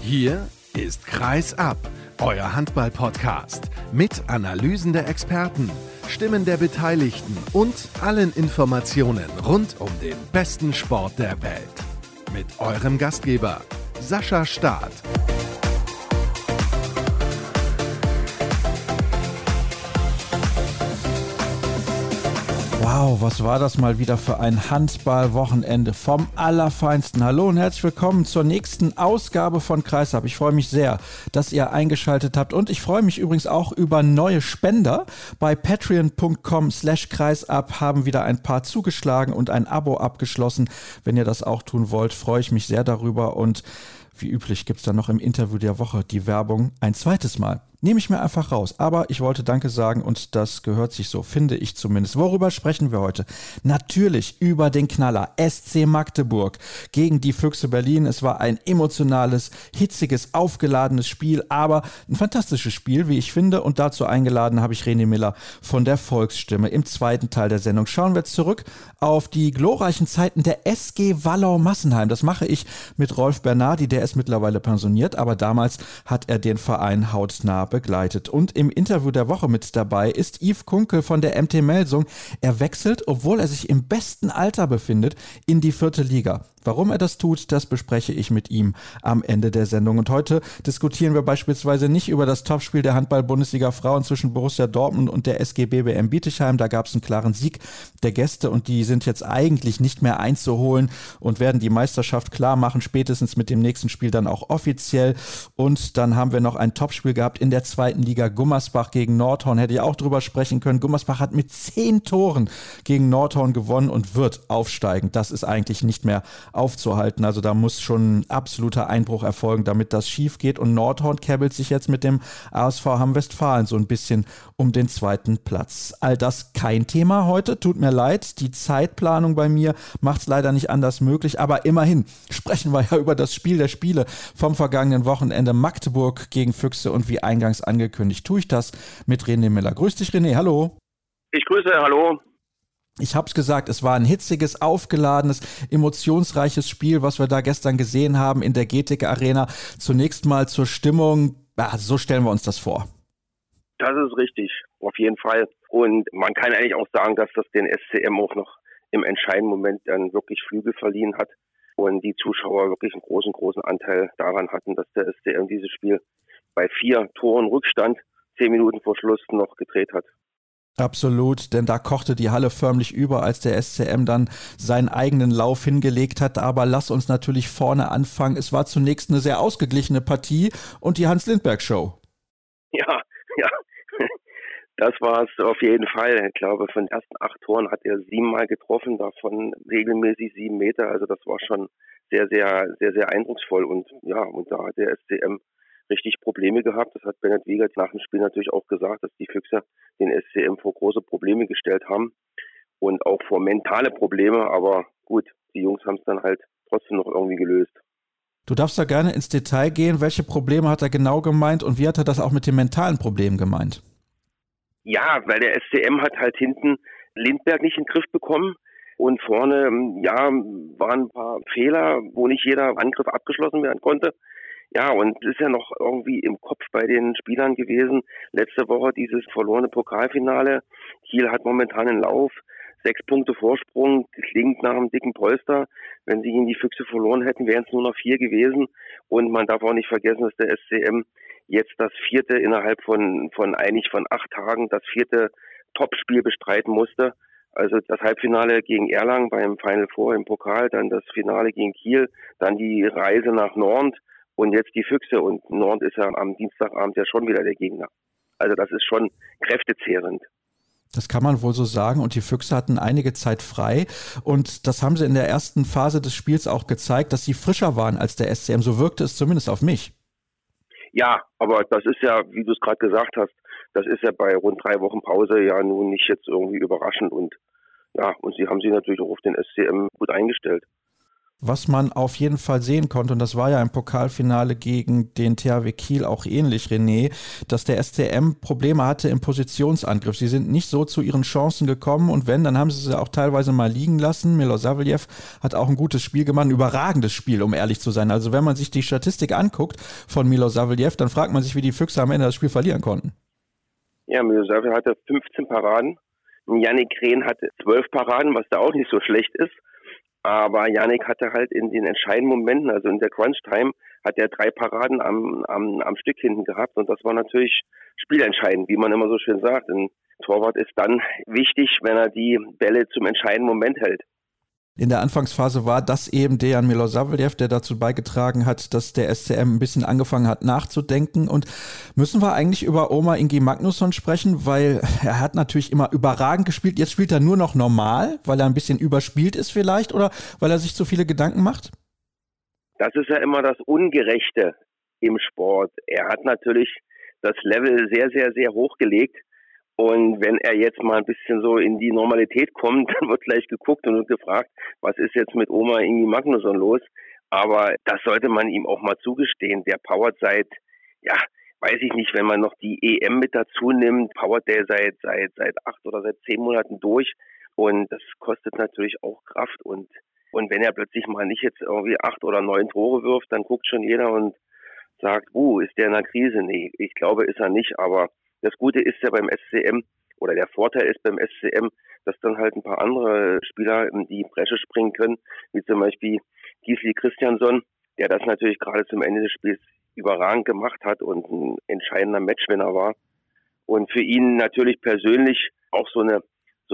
Hier ist Kreis ab, euer Handball-Podcast mit Analysen der Experten, Stimmen der Beteiligten und allen Informationen rund um den besten Sport der Welt. Mit eurem Gastgeber Sascha Staat. Wow, was war das mal wieder für ein Handball-Wochenende vom Allerfeinsten. Hallo und herzlich willkommen zur nächsten Ausgabe von Kreisab. Ich freue mich sehr, dass ihr eingeschaltet habt und ich freue mich übrigens auch über neue Spender. Bei patreon.com/kreisab haben wieder ein paar zugeschlagen und ein Abo abgeschlossen. Wenn ihr das auch tun wollt, freue ich mich sehr darüber und wie üblich gibt es dann noch im Interview der Woche die Werbung ein zweites Mal. Nehme ich mir einfach raus. Aber ich wollte Danke sagen und das gehört sich so, finde ich zumindest. Worüber sprechen wir heute? Natürlich über den Knaller SC Magdeburg gegen die Füchse Berlin. Es war ein emotionales, hitziges, aufgeladenes Spiel, aber ein fantastisches Spiel, wie ich finde. Und dazu eingeladen habe ich René Miller von der Volksstimme. Im zweiten Teil der Sendung schauen wir zurück auf die glorreichen Zeiten der SG Wallau-Massenheim. Das mache ich mit Rolf Bernardi, der ist mittlerweile pensioniert, aber damals hat er den Verein hautnah begleitet. Und im Interview der Woche mit dabei ist Yves Kunkel von der MT Melsung. Er wechselt, obwohl er sich im besten Alter befindet, in die 4. Liga. Warum er das tut, das bespreche ich mit ihm am Ende der Sendung. Und heute diskutieren wir beispielsweise nicht über das Topspiel der Handball-Bundesliga Frauen zwischen Borussia Dortmund und der SG BBM Bietigheim. Da gab es einen klaren Sieg der Gäste und die sind jetzt eigentlich nicht mehr einzuholen und werden die Meisterschaft klar machen, spätestens mit dem nächsten Spiel dann auch offiziell. Und dann haben wir noch ein Topspiel gehabt in der 2. Liga. Gummersbach gegen Nordhorn, hätte ich auch drüber sprechen können. Gummersbach hat mit 10 Toren gegen Nordhorn gewonnen und wird aufsteigen. Das ist eigentlich nicht mehr aufzuhalten. Also da muss schon ein absoluter Einbruch erfolgen, damit das schief geht. Und Nordhorn käbbelt sich jetzt mit dem ASV Hamm-Westfalen so ein bisschen um den 2. Platz. All das kein Thema heute. Tut mir leid. Die Zeitplanung bei mir macht es leider nicht anders möglich. Aber immerhin sprechen wir ja über das Spiel der Spiele vom vergangenen Wochenende. Magdeburg gegen Füchse und wie eingangs angekündigt, tue ich das mit René Miller. Grüß dich, René. Hallo. Ich grüße, hallo. Ich habe es gesagt, es war ein hitziges, aufgeladenes, emotionsreiches Spiel, was wir da gestern gesehen haben in der GTIC Arena. Zunächst mal zur Stimmung, so stellen wir uns das vor. Das ist richtig, auf jeden Fall. Und man kann eigentlich auch sagen, dass das den SCM auch noch im entscheidenden Moment dann wirklich Flügel verliehen hat und die Zuschauer wirklich einen großen Anteil daran hatten, dass der SCM dieses Spiel bei 4 Toren Rückstand 10 Minuten vor Schluss noch gedreht hat. Absolut, denn da kochte die Halle förmlich über, als der SCM dann seinen eigenen Lauf hingelegt hat. Aber lass uns natürlich vorne anfangen. Es war zunächst eine sehr ausgeglichene Partie und die Hans-Lindberg-Show. Ja, das war es auf jeden Fall. Ich glaube, von den ersten 8 Toren hat er 7-mal getroffen, davon regelmäßig 7 Meter. Also das war schon sehr eindrucksvoll. Und ja, und da hat der SCM richtig Probleme gehabt. Das hat Bennett Wiegert nach dem Spiel natürlich auch gesagt, dass die Füchse den SCM vor große Probleme gestellt haben und auch vor mentale Probleme. Aber gut, die Jungs haben es dann halt trotzdem noch irgendwie gelöst. Du darfst da gerne ins Detail gehen. Welche Probleme hat er genau gemeint und wie hat er das auch mit den mentalen Problemen gemeint? Ja, weil der SCM hat halt hinten Lindberg nicht in den Griff bekommen. Und vorne, waren ein paar Fehler, wo nicht jeder Angriff abgeschlossen werden konnte. Ja, und es ist ja noch irgendwie im Kopf bei den Spielern gewesen. Letzte Woche dieses verlorene Pokalfinale. Kiel hat momentan einen Lauf, 6 Punkte Vorsprung, klingt nach einem dicken Polster. Wenn sie gegen die Füchse verloren hätten, wären es nur noch 4 gewesen. Und man darf auch nicht vergessen, dass der SCM jetzt das 4. innerhalb von 8 Tagen, das 4. Topspiel bestreiten musste. Also das Halbfinale gegen Erlangen beim Final Four im Pokal, dann das Finale gegen Kiel, dann die Reise nach Nord. Und jetzt die Füchse und Nord ist ja am Dienstagabend ja schon wieder der Gegner. Also das ist schon kräftezehrend. Das kann man wohl so sagen und die Füchse hatten einige Zeit frei und das haben sie in der ersten Phase des Spiels auch gezeigt, dass sie frischer waren als der SCM. So wirkte es zumindest auf mich. Ja, aber das ist ja, wie du es gerade gesagt hast, das ist ja bei rund 3 Wochen Pause ja nun nicht jetzt irgendwie überraschend und ja, und sie haben sich natürlich auch auf den SCM gut eingestellt. Was man auf jeden Fall sehen konnte, und das war ja im Pokalfinale gegen den THW Kiel auch ähnlich, René, dass der SCM Probleme hatte im Positionsangriff. Sie sind nicht so zu ihren Chancen gekommen und wenn, dann haben sie auch teilweise mal liegen lassen. Milosavljev hat auch ein gutes Spiel gemacht, ein überragendes Spiel, um ehrlich zu sein. Also wenn man sich die Statistik anguckt von Milosavljev, dann fragt man sich, wie die Füchse am Ende das Spiel verlieren konnten. Ja, Milosavljev hatte 15 Paraden. Yannick Rehn hatte 12 Paraden, was da auch nicht so schlecht ist. Aber Yannick hatte halt in den entscheidenden Momenten, also in der Crunch-Time, hat er 3 Paraden am Stück hinten gehabt. Und das war natürlich spielentscheidend, wie man immer so schön sagt. Ein Torwart ist dann wichtig, wenn er die Bälle zum entscheidenden Moment hält. In der Anfangsphase war das eben Dejan Milosavljev, der dazu beigetragen hat, dass der SCM ein bisschen angefangen hat nachzudenken. Und müssen wir eigentlich über Omar Ingi Magnusson sprechen, weil er hat natürlich immer überragend gespielt. Jetzt spielt er nur noch normal, weil er ein bisschen überspielt ist vielleicht oder weil er sich zu viele Gedanken macht? Das ist ja immer das Ungerechte im Sport. Er hat natürlich das Level sehr, sehr, sehr hoch gelegt. Und wenn er jetzt mal ein bisschen so in die Normalität kommt, dann wird gleich geguckt und gefragt, was ist jetzt mit Omar Ingi Magnusson los? Aber das sollte man ihm auch mal zugestehen. Der powert seit, weiß ich nicht, wenn man noch die EM mit dazu nimmt, powert der seit 8 oder seit 10 Monaten durch. Und das kostet natürlich auch Kraft. Und wenn er plötzlich mal nicht jetzt irgendwie 8 oder 9 Tore wirft, dann guckt schon jeder und sagt, ist der in einer Krise? Nee, ich glaube, ist er nicht, aber das Gute ist ja beim SCM, oder der Vorteil ist beim SCM, dass dann halt ein paar andere Spieler in die Bresche springen können, wie zum Beispiel Gisli Christiansson, der das natürlich gerade zum Ende des Spiels überragend gemacht hat und ein entscheidender Matchwinner war. Und für ihn natürlich persönlich auch so eine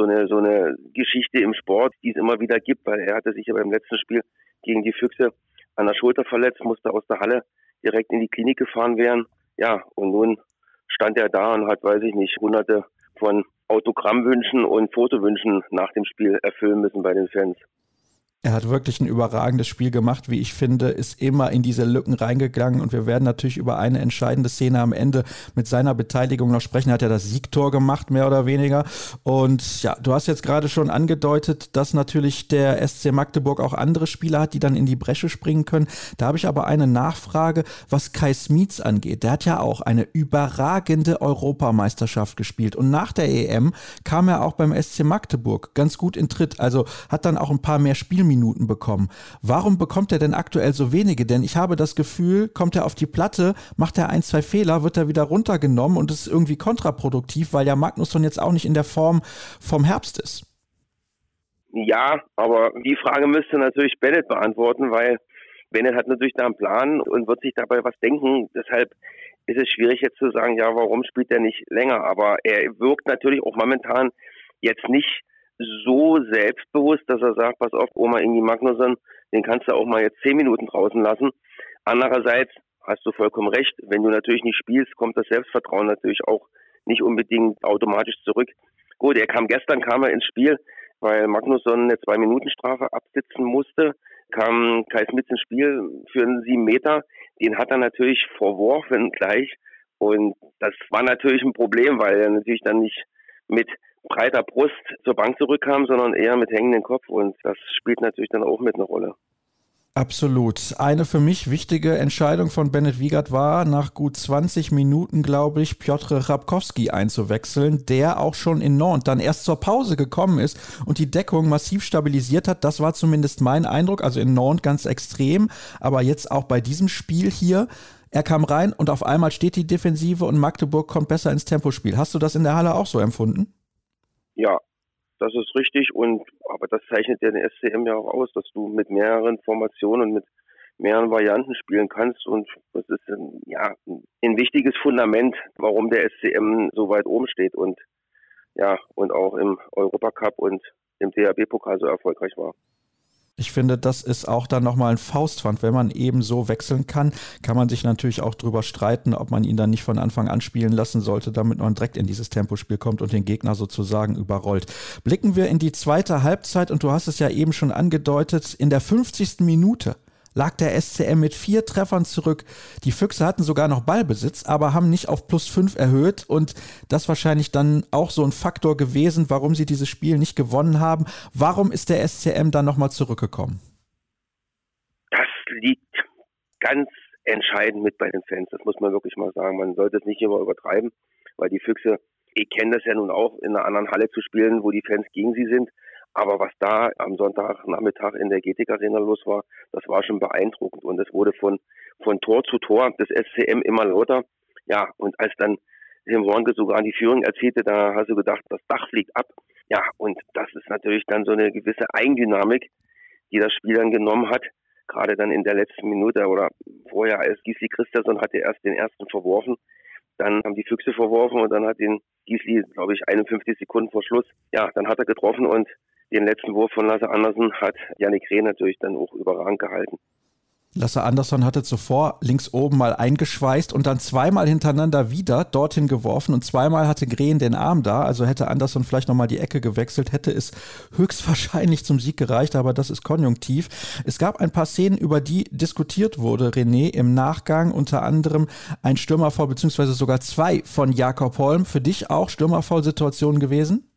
Geschichte im Sport, die es immer wieder gibt, weil er hatte sich ja beim letzten Spiel gegen die Füchse an der Schulter verletzt, musste aus der Halle direkt in die Klinik gefahren werden. Ja, und nun stand er da und hat, weiß ich nicht, hunderte von Autogrammwünschen und Fotowünschen nach dem Spiel erfüllen müssen bei den Fans. Er hat wirklich ein überragendes Spiel gemacht, wie ich finde, ist immer in diese Lücken reingegangen und wir werden natürlich über eine entscheidende Szene am Ende mit seiner Beteiligung noch sprechen. Er hat ja das Siegtor gemacht, mehr oder weniger. Und ja, du hast jetzt gerade schon angedeutet, dass natürlich der SC Magdeburg auch andere Spieler hat, die dann in die Bresche springen können. Da habe ich aber eine Nachfrage, was Kai Smits angeht. Der hat ja auch eine überragende Europameisterschaft gespielt und nach der EM kam er auch beim SC Magdeburg ganz gut in Tritt. Also hat dann auch ein paar mehr Spielminuten bekommen. Warum bekommt er denn aktuell so wenige? Denn ich habe das Gefühl, kommt er auf die Platte, macht er 1, 2 Fehler, wird er wieder runtergenommen und ist irgendwie kontraproduktiv, weil ja Magnusson jetzt auch nicht in der Form vom Herbst ist. Ja, aber die Frage müsste natürlich Bennett beantworten, weil Bennett hat natürlich da einen Plan und wird sich dabei was denken. Deshalb ist es schwierig jetzt zu sagen, ja, warum spielt er nicht länger? Aber er wirkt natürlich auch momentan jetzt nicht so selbstbewusst, dass er sagt, pass auf, Omar Ingi Magnusson, den kannst du auch mal jetzt 10 Minuten draußen lassen. Andererseits hast du vollkommen recht, wenn du natürlich nicht spielst, kommt das Selbstvertrauen natürlich auch nicht unbedingt automatisch zurück. Gut, gestern kam er ins Spiel, weil Magnusson eine 2-Minuten-Strafe absitzen musste, kam Kai Smits ins Spiel für einen 7 Meter, den hat er natürlich verworfen gleich und das war natürlich ein Problem, weil er natürlich dann nicht mit breiter Brust zur Bank zurückkam, sondern eher mit hängendem Kopf und das spielt natürlich dann auch mit eine Rolle. Absolut. Eine für mich wichtige Entscheidung von Bennett Wiegert war, nach gut 20 Minuten, glaube ich, Piotr Chrapkowski einzuwechseln, der auch schon in Nantes dann erst zur Pause gekommen ist und die Deckung massiv stabilisiert hat. Das war zumindest mein Eindruck, also in Nantes ganz extrem, aber jetzt auch bei diesem Spiel hier. Er kam rein und auf einmal steht die Defensive und Magdeburg kommt besser ins Tempospiel. Hast du das in der Halle auch so empfunden? Ja, das ist richtig aber das zeichnet ja den SCM ja auch aus, dass du mit mehreren Formationen und mit mehreren Varianten spielen kannst und das ist ein wichtiges Fundament, warum der SCM so weit oben steht und auch im Europacup und im DHB-Pokal so erfolgreich war. Ich finde, das ist auch dann nochmal ein Faustpfand. Wenn man eben so wechseln kann man sich natürlich auch drüber streiten, ob man ihn dann nicht von Anfang an spielen lassen sollte, damit man direkt in dieses Tempospiel kommt und den Gegner sozusagen überrollt. Blicken wir in die zweite Halbzeit und du hast es ja eben schon angedeutet, in der 50. Minute lag der SCM mit 4 Treffern zurück. Die Füchse hatten sogar noch Ballbesitz, aber haben nicht auf +5 erhöht und das wahrscheinlich dann auch so ein Faktor gewesen, warum sie dieses Spiel nicht gewonnen haben. Warum ist der SCM dann nochmal zurückgekommen? liegt ganz entscheidend mit bei den Fans. Das muss man wirklich mal sagen. Man sollte es nicht immer übertreiben, weil die Füchse, ich kenne das ja nun auch, in einer anderen Halle zu spielen, wo die Fans gegen sie sind. Aber was da am Sonntagnachmittag in der GTIC Arena los war, das war schon beeindruckend. Und es wurde von Tor zu Tor des SCM immer lauter. Ja, und als dann Tim Hornke sogar die Führung erzielte, da hast du gedacht, das Dach fliegt ab. Ja, und das ist natürlich dann so eine gewisse Eigendynamik, die das Spiel dann genommen hat. Gerade dann in der letzten Minute oder vorher, als Gisli Christiansson hatte erst den ersten verworfen. Dann haben die Füchse verworfen und dann hat den Gisli, glaube ich, 51 Sekunden vor Schluss. Ja, dann hat er getroffen und den letzten Wurf von Lasse Andersson hat Jannik Reh natürlich dann auch überragend gehalten. Lasse Andersson hatte zuvor links oben mal eingeschweißt und dann zweimal hintereinander wieder dorthin geworfen und zweimal hatte Green den Arm da, also hätte Andersson vielleicht nochmal die Ecke gewechselt, hätte es höchstwahrscheinlich zum Sieg gereicht, aber das ist konjunktiv. Es gab ein paar Szenen, über die diskutiert wurde, René, im Nachgang, unter anderem ein Stürmerfoul beziehungsweise sogar zwei von Jakob Holm. Für dich auch Stürmerfoul-Situationen gewesen?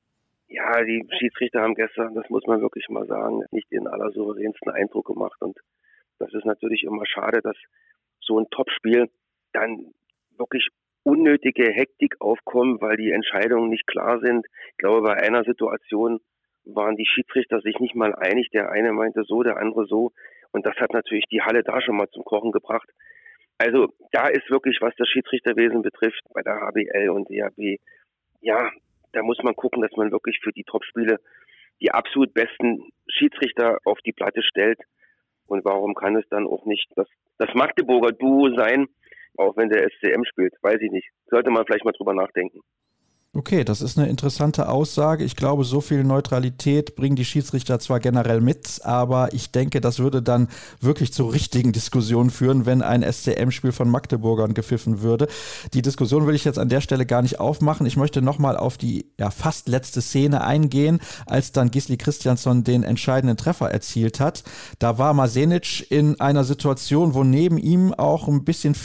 Ja, die Schiedsrichter haben gestern, das muss man wirklich mal sagen, nicht den allersouveränsten Eindruck gemacht und das ist natürlich immer schade, dass so ein Topspiel dann wirklich unnötige Hektik aufkommt, weil die Entscheidungen nicht klar sind. Ich glaube, bei einer Situation waren die Schiedsrichter sich nicht mal einig. Der eine meinte so, der andere so. Und das hat natürlich die Halle da schon mal zum Kochen gebracht. Also da ist wirklich, was das Schiedsrichterwesen betrifft, bei der HBL und DHB, ja, da muss man gucken, dass man wirklich für die Topspiele die absolut besten Schiedsrichter auf die Platte stellt. Und warum kann es dann auch nicht das Magdeburger Duo sein, auch wenn der SCM spielt? Weiß ich nicht. Sollte man vielleicht mal drüber nachdenken. Okay, das ist eine interessante Aussage. Ich glaube, so viel Neutralität bringen die Schiedsrichter zwar generell mit, aber ich denke, das würde dann wirklich zu richtigen Diskussionen führen, wenn ein SCM-Spiel von Magdeburgern gepfiffen würde. Die Diskussion will ich jetzt an der Stelle gar nicht aufmachen. Ich möchte nochmal auf die fast letzte Szene eingehen, als dann Gisli Christiansson den entscheidenden Treffer erzielt hat. Da war Masenic in einer Situation, wo neben ihm auch ein bisschen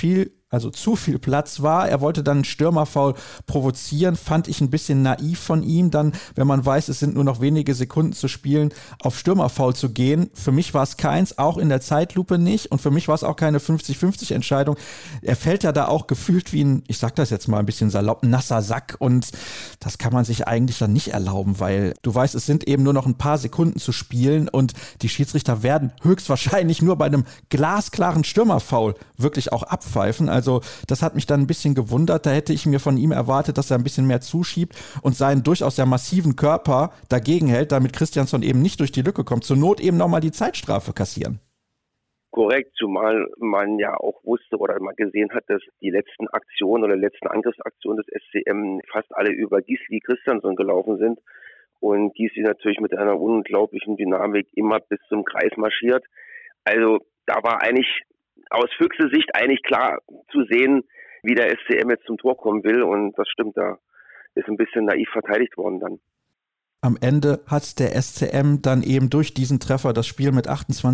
zu viel Platz war. Er wollte dann einen Stürmerfoul provozieren, fand ich ein bisschen naiv von ihm, dann, wenn man weiß, es sind nur noch wenige Sekunden zu spielen, auf Stürmerfoul zu gehen. Für mich war es keins, auch in der Zeitlupe nicht und für mich war es auch keine 50-50 Entscheidung. Er fällt ja da auch gefühlt wie ein, ich sag das jetzt mal ein bisschen salopp, nasser Sack und das kann man sich eigentlich dann nicht erlauben, weil du weißt, es sind eben nur noch ein paar Sekunden zu spielen und die Schiedsrichter werden höchstwahrscheinlich nur bei einem glasklaren Stürmerfoul wirklich auch abpfeifen. Also das hat mich dann ein bisschen gewundert. Da hätte ich mir von ihm erwartet, dass er ein bisschen mehr zuschiebt und seinen durchaus sehr massiven Körper dagegen hält, damit Christiansson eben nicht durch die Lücke kommt. Zur Not eben nochmal die Zeitstrafe kassieren. Korrekt, zumal man ja auch wusste oder mal gesehen hat, dass die letzten Aktionen oder letzten Angriffsaktionen des SCM fast alle über Gisli Christiansson gelaufen sind. Und Gisli natürlich mit einer unglaublichen Dynamik immer bis zum Kreis marschiert. Also da war eigentlich aus Füchse Sicht eigentlich klar zu sehen, wie der SCM jetzt zum Tor kommen will. Und das stimmt, da ist ein bisschen naiv verteidigt worden dann. Am Ende hat der SCM dann eben durch diesen Treffer das Spiel mit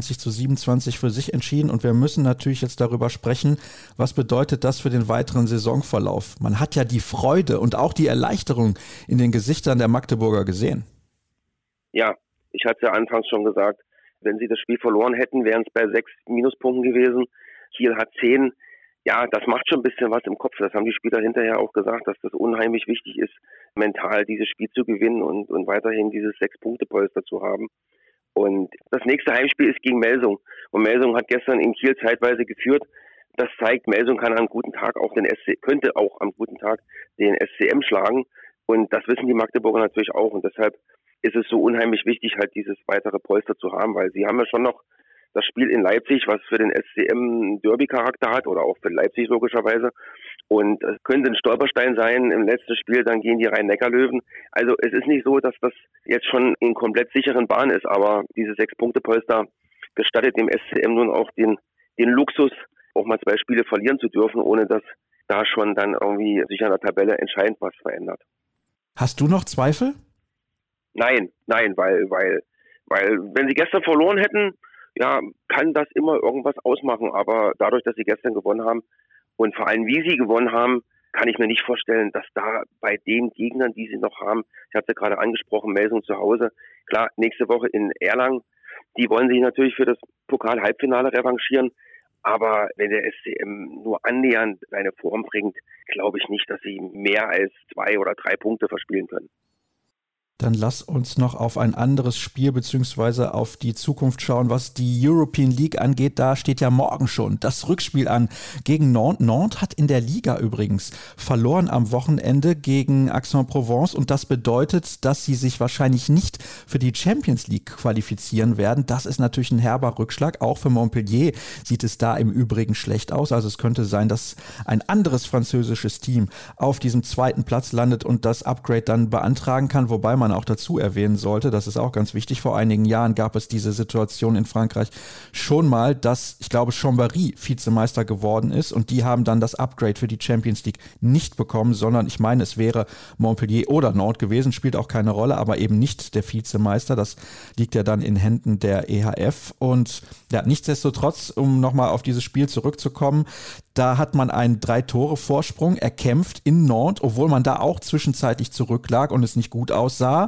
28-27 für sich entschieden. Und wir müssen natürlich jetzt darüber sprechen, was bedeutet das für den weiteren Saisonverlauf? Man hat ja die Freude und auch die Erleichterung in den Gesichtern der Magdeburger gesehen. Ja, ich hatte es ja anfangs schon gesagt, wenn sie das Spiel verloren hätten, wären es bei 6 Minuspunkten gewesen. Kiel hat 10. Ja, das macht schon ein bisschen was im Kopf. Das haben die Spieler hinterher auch gesagt, dass das unheimlich wichtig ist, mental dieses Spiel zu gewinnen und weiterhin dieses 6-Punkte-Polster zu haben. Und das nächste Heimspiel ist gegen Melsung. Und Melsung hat gestern in Kiel zeitweise geführt. Das zeigt, Melsung kann am guten Tag auch könnte auch am guten Tag den SCM schlagen. Und das wissen die Magdeburger natürlich auch. Und deshalb ist es so unheimlich wichtig, halt dieses weitere Polster zu haben, weil sie haben ja schon noch das Spiel in Leipzig, was für den SCM Derby-Charakter hat oder auch für Leipzig logischerweise. Und es könnte ein Stolperstein sein im letzten Spiel, dann gehen die Rhein-Neckar-Löwen. Also es ist nicht so, dass das jetzt schon in komplett sicheren Bahn ist, aber diese 6-Punkte-Polster gestattet dem SCM nun auch den Luxus, auch mal 2 Spiele verlieren zu dürfen, ohne dass da schon dann irgendwie sich an der Tabelle entscheidend was verändert. Hast du noch Zweifel? Nein, weil wenn sie gestern verloren hätten, ja, kann das immer irgendwas ausmachen. Aber dadurch, dass sie gestern gewonnen haben und vor allem, wie sie gewonnen haben, kann ich mir nicht vorstellen, dass da bei den Gegnern, die sie noch haben, ich hatte es ja gerade angesprochen, Melsung zu Hause, klar, nächste Woche in Erlangen, Die wollen sich natürlich für das Pokal-Halbfinale revanchieren. Aber wenn der SCM nur annähernd seine Form bringt, glaube ich nicht, dass sie mehr als 2 oder 3 Punkte verspielen können. Dann lass uns noch auf ein anderes Spiel bzw. auf die Zukunft schauen, was die European League angeht. Da steht ja morgen schon das Rückspiel an gegen Nantes. Nantes hat in der Liga übrigens verloren am Wochenende gegen Aix-en-Provence und das bedeutet, dass sie sich wahrscheinlich nicht für die Champions League qualifizieren werden. Das ist natürlich ein herber Rückschlag. Auch für Montpellier sieht es da im Übrigen schlecht aus. Also es könnte sein, dass ein anderes französisches Team auf diesem zweiten Platz landet und das Upgrade dann beantragen kann, wobei man auch dazu erwähnen sollte, das ist auch ganz wichtig, vor einigen Jahren gab es diese Situation in Frankreich schon mal, dass, ich glaube, Chambéry Vizemeister geworden ist und die haben dann das Upgrade für die Champions League nicht bekommen, sondern ich meine, es wäre Montpellier oder Nantes gewesen, spielt auch keine Rolle, aber eben nicht der Vizemeister, das liegt ja dann in Händen der EHF und ja, nichtsdestotrotz, um nochmal auf dieses Spiel zurückzukommen, da hat man einen 3-Tore-Vorsprung erkämpft in Nantes, obwohl man da auch zwischenzeitlich zurücklag und es nicht gut aussah.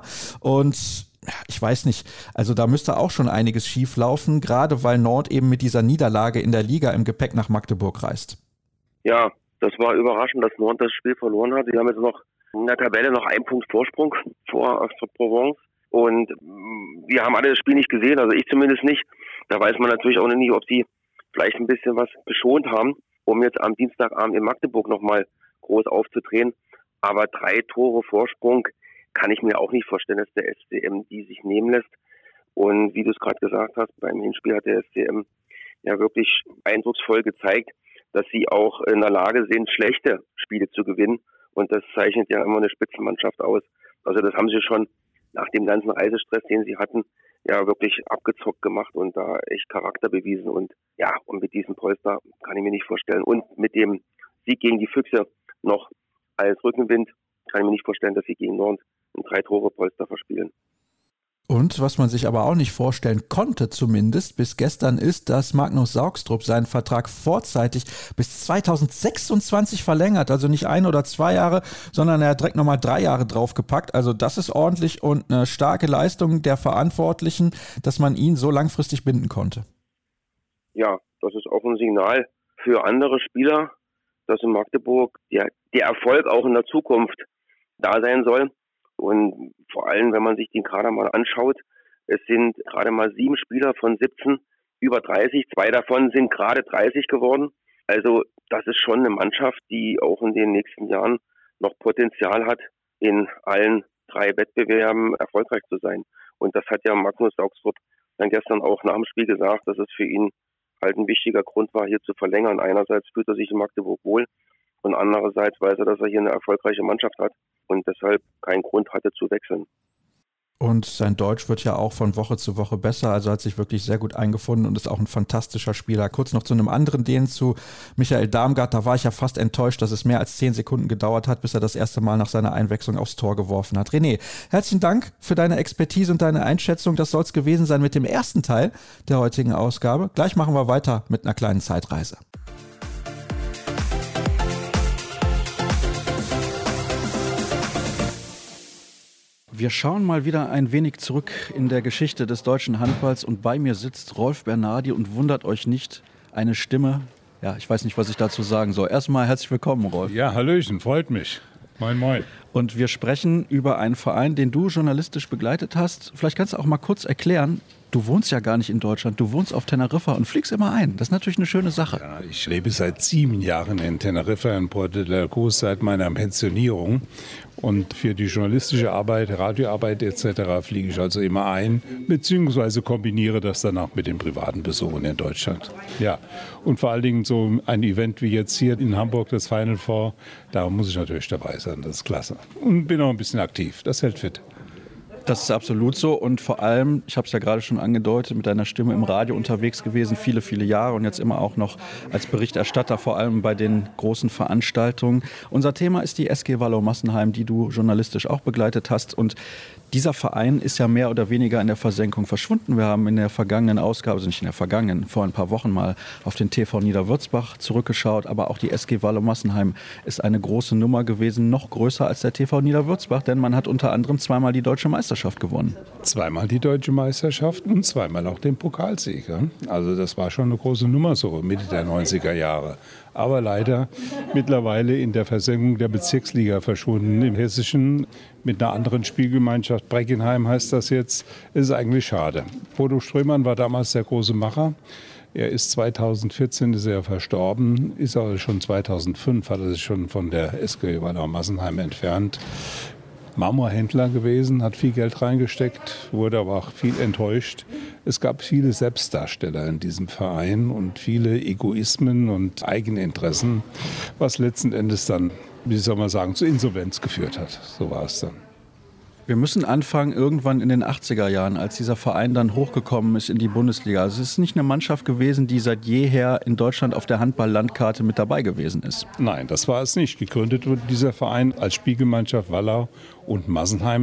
Und ich weiß nicht, also da müsste auch schon einiges schief laufen, gerade weil Nantes eben mit dieser Niederlage in der Liga im Gepäck nach Magdeburg reist. Ja, das war überraschend, dass Nantes das Spiel verloren hat. Sie haben jetzt noch in der Tabelle noch 1 Punkt Vorsprung vor Aix-en-Provence. Und wir haben alle das Spiel nicht gesehen, also ich zumindest nicht. Da weiß man natürlich auch nicht, ob sie vielleicht ein bisschen was geschont haben, um jetzt am Dienstagabend in Magdeburg nochmal groß aufzudrehen. Aber 3 Tore Vorsprung kann ich mir auch nicht vorstellen, dass der SCM die sich nehmen lässt. Und wie du es gerade gesagt hast, beim Hinspiel hat der SCM ja wirklich eindrucksvoll gezeigt, dass sie auch in der Lage sind, schlechte Spiele zu gewinnen. Und das zeichnet ja immer eine Spitzenmannschaft aus. Also das haben sie schon nach dem ganzen Reisestress, den sie hatten, ja wirklich abgezockt gemacht und da echt Charakter bewiesen. Und ja, und mit diesem Polster kann ich mir nicht vorstellen. Und mit dem Sieg gegen die Füchse noch als Rückenwind kann ich mir nicht vorstellen, dass sie gegen Nantes ein 3-Tore-Polster verspielen. Und was man sich aber auch nicht vorstellen konnte zumindest bis gestern ist, dass Magnus Saugstrup seinen Vertrag vorzeitig bis 2026 verlängert. Also nicht 1 oder 2 Jahre, sondern er hat direkt nochmal 3 Jahre draufgepackt. Also das ist ordentlich und eine starke Leistung der Verantwortlichen, dass man ihn so langfristig binden konnte. Ja, das ist auch ein Signal für andere Spieler, dass in Magdeburg der Erfolg auch in der Zukunft da sein soll. Und vor allem, wenn man sich den Kader mal anschaut, es sind gerade mal 7 Spieler von 17 über 30, 2 davon sind gerade 30 geworden. Also das ist schon eine Mannschaft, die auch in den nächsten Jahren noch Potenzial hat, in allen 3 Wettbewerben erfolgreich zu sein. Und das hat ja Magnus Saugstrup dann gestern auch nach dem Spiel gesagt, dass es für ihn halt ein wichtiger Grund war, hier zu verlängern. Einerseits fühlt er sich in Magdeburg wohl und andererseits weiß er, dass er hier eine erfolgreiche Mannschaft hat und deshalb keinen Grund hatte zu wechseln. Und sein Deutsch wird ja auch von Woche zu Woche besser, also hat sich wirklich sehr gut eingefunden und ist auch ein fantastischer Spieler. Kurz noch zu einem anderen Dänen, zu Michael Damgaard, da war ich ja fast enttäuscht, dass es mehr als 10 Sekunden gedauert hat, bis er das erste Mal nach seiner Einwechslung aufs Tor geworfen hat. René, herzlichen Dank für deine Expertise und deine Einschätzung. Das soll es gewesen sein mit dem ersten Teil der heutigen Ausgabe. Gleich machen wir weiter mit einer kleinen Zeitreise. Wir schauen mal wieder ein wenig zurück in der Geschichte des deutschen Handballs und bei mir sitzt Rolf Bernardi und wundert euch nicht, eine Stimme, ja, ich weiß nicht, was ich dazu sagen soll. Erstmal herzlich willkommen, Rolf. Ja, hallöchen, freut mich. Moin, moin. Und wir sprechen über einen Verein, den du journalistisch begleitet hast. Vielleicht kannst du auch mal kurz erklären, du wohnst ja gar nicht in Deutschland, du wohnst auf Teneriffa und fliegst immer ein. Das ist natürlich eine schöne Sache. Ja, ich lebe seit 7 Jahren in Teneriffa, in Puerto de la Cruz, seit meiner Pensionierung. Und für die journalistische Arbeit, Radioarbeit etc. fliege ich also immer ein, beziehungsweise kombiniere das danach mit den privaten Besuchen in Deutschland. Ja, und vor allen Dingen so ein Event wie jetzt hier in Hamburg, das Final Four, da muss ich natürlich dabei sein, das ist klasse. Und bin auch ein bisschen aktiv, das hält fit. Das ist absolut so und vor allem, ich habe es ja gerade schon angedeutet, mit deiner Stimme im Radio unterwegs gewesen, viele, viele Jahre und jetzt immer auch noch als Berichterstatter, vor allem bei den großen Veranstaltungen. Unser Thema ist die SG Wallau-Massenheim, die du journalistisch auch begleitet hast und dieser Verein ist ja mehr oder weniger in der Versenkung verschwunden. Wir haben in der vergangenen Ausgabe, also nicht in der vergangenen, vor ein paar Wochen mal auf den TV Niederwürzbach zurückgeschaut, aber auch die SG Wallau-Massenheim ist eine große Nummer gewesen, noch größer als der TV Niederwürzbach, denn man hat unter anderem 2-mal die deutsche Meisterschaft gewonnen. zweimal die deutsche Meisterschaft und zweimal auch den Pokalsieg. Also das war schon eine große Nummer so Mitte der 90er Jahre. Aber leider mittlerweile in der Versenkung der Bezirksliga verschwunden im Hessischen mit einer anderen Spielgemeinschaft. Breckenheim heißt das jetzt. Ist eigentlich schade. Bodo Strömann war damals der große Macher. Er ist 2014 ist er verstorben, ist aber schon 2005, hat er sich schon von der SG Wallau-Massenheim entfernt. Marmorhändler gewesen, hat viel Geld reingesteckt, wurde aber auch viel enttäuscht. Es gab viele Selbstdarsteller in diesem Verein und viele Egoismen und Eigeninteressen, was letzten Endes dann, wie soll man sagen, zur Insolvenz geführt hat. So war es dann. Wir müssen anfangen irgendwann in den 80er Jahren, als dieser Verein dann hochgekommen ist in die Bundesliga. Also es ist nicht eine Mannschaft gewesen, die seit jeher in Deutschland auf der Handball-Landkarte mit dabei gewesen ist. Nein, das war es nicht. Gegründet wurde dieser Verein als Spielgemeinschaft Wallau und Massenheim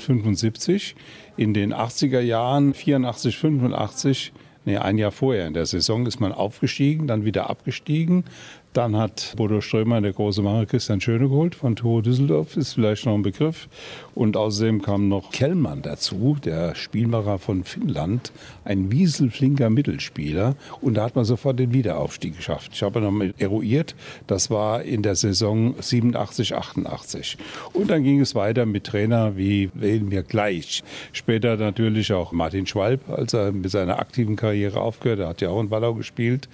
1975. In den 80er Jahren, 84, 85, ein Jahr vorher in der Saison ist man aufgestiegen, dann wieder abgestiegen. Dann hat Bodo Strömann, der große Macher, Christian Schöne geholt von Tore Düsseldorf, ist vielleicht noch ein Begriff. Und außerdem kam noch Kellmann dazu, der Spielmacher von Finnland, ein wieselflinker Mittelspieler. Und da hat man sofort den Wiederaufstieg geschafft. Ich habe noch mal eruiert, das war in der Saison 87, 88. Und dann ging es weiter mit Trainer wie wählen wir gleich. Später natürlich auch Martin Schwalb, als er mit seiner aktiven Karriere aufgehört hat, hat ja auch in Wallau gespielt.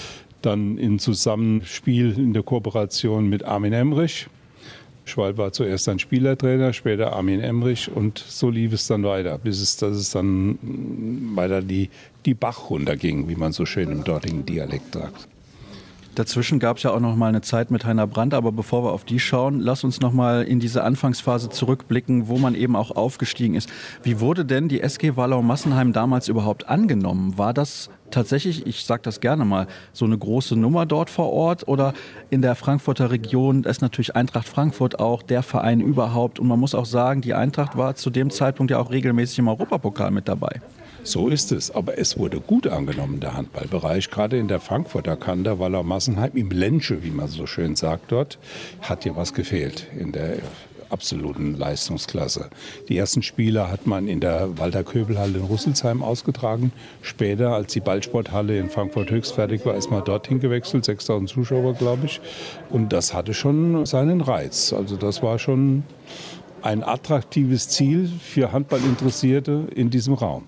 Dann im Zusammenspiel in der Kooperation mit Armin Emrich. Schwalb war zuerst ein Spielertrainer, später Armin Emrich und so lief es dann weiter, bis es dann weiter die Bach runterging, wie man so schön im dortigen Dialekt sagt. Dazwischen gab es ja auch noch mal eine Zeit mit Heiner Brandt, aber bevor wir auf die schauen, lass uns noch mal in diese Anfangsphase zurückblicken, wo man eben auch aufgestiegen ist. Wie wurde denn die SG Wallau-Massenheim damals überhaupt angenommen? War das tatsächlich, ich sage das gerne mal, so eine große Nummer dort vor Ort oder in der Frankfurter Region? Da ist natürlich Eintracht Frankfurt auch der Verein überhaupt und man muss auch sagen, die Eintracht war zu dem Zeitpunkt ja auch regelmäßig im Europapokal mit dabei. So ist es, aber es wurde gut angenommen, der Handballbereich. Gerade in der Frankfurter Kante, Wallau-Massenheim, im Lensche, wie man so schön sagt dort, hat ja was gefehlt in der absoluten Leistungsklasse. Die ersten Spiele hat man in der Walter-Köbel-Halle in Rüsselsheim ausgetragen. Später, als die Ballsporthalle in Frankfurt höchst fertig war, ist man dorthin gewechselt, 6.000 Zuschauer, glaube ich. Und das hatte schon seinen Reiz. Also das war schon ein attraktives Ziel für Handballinteressierte in diesem Raum.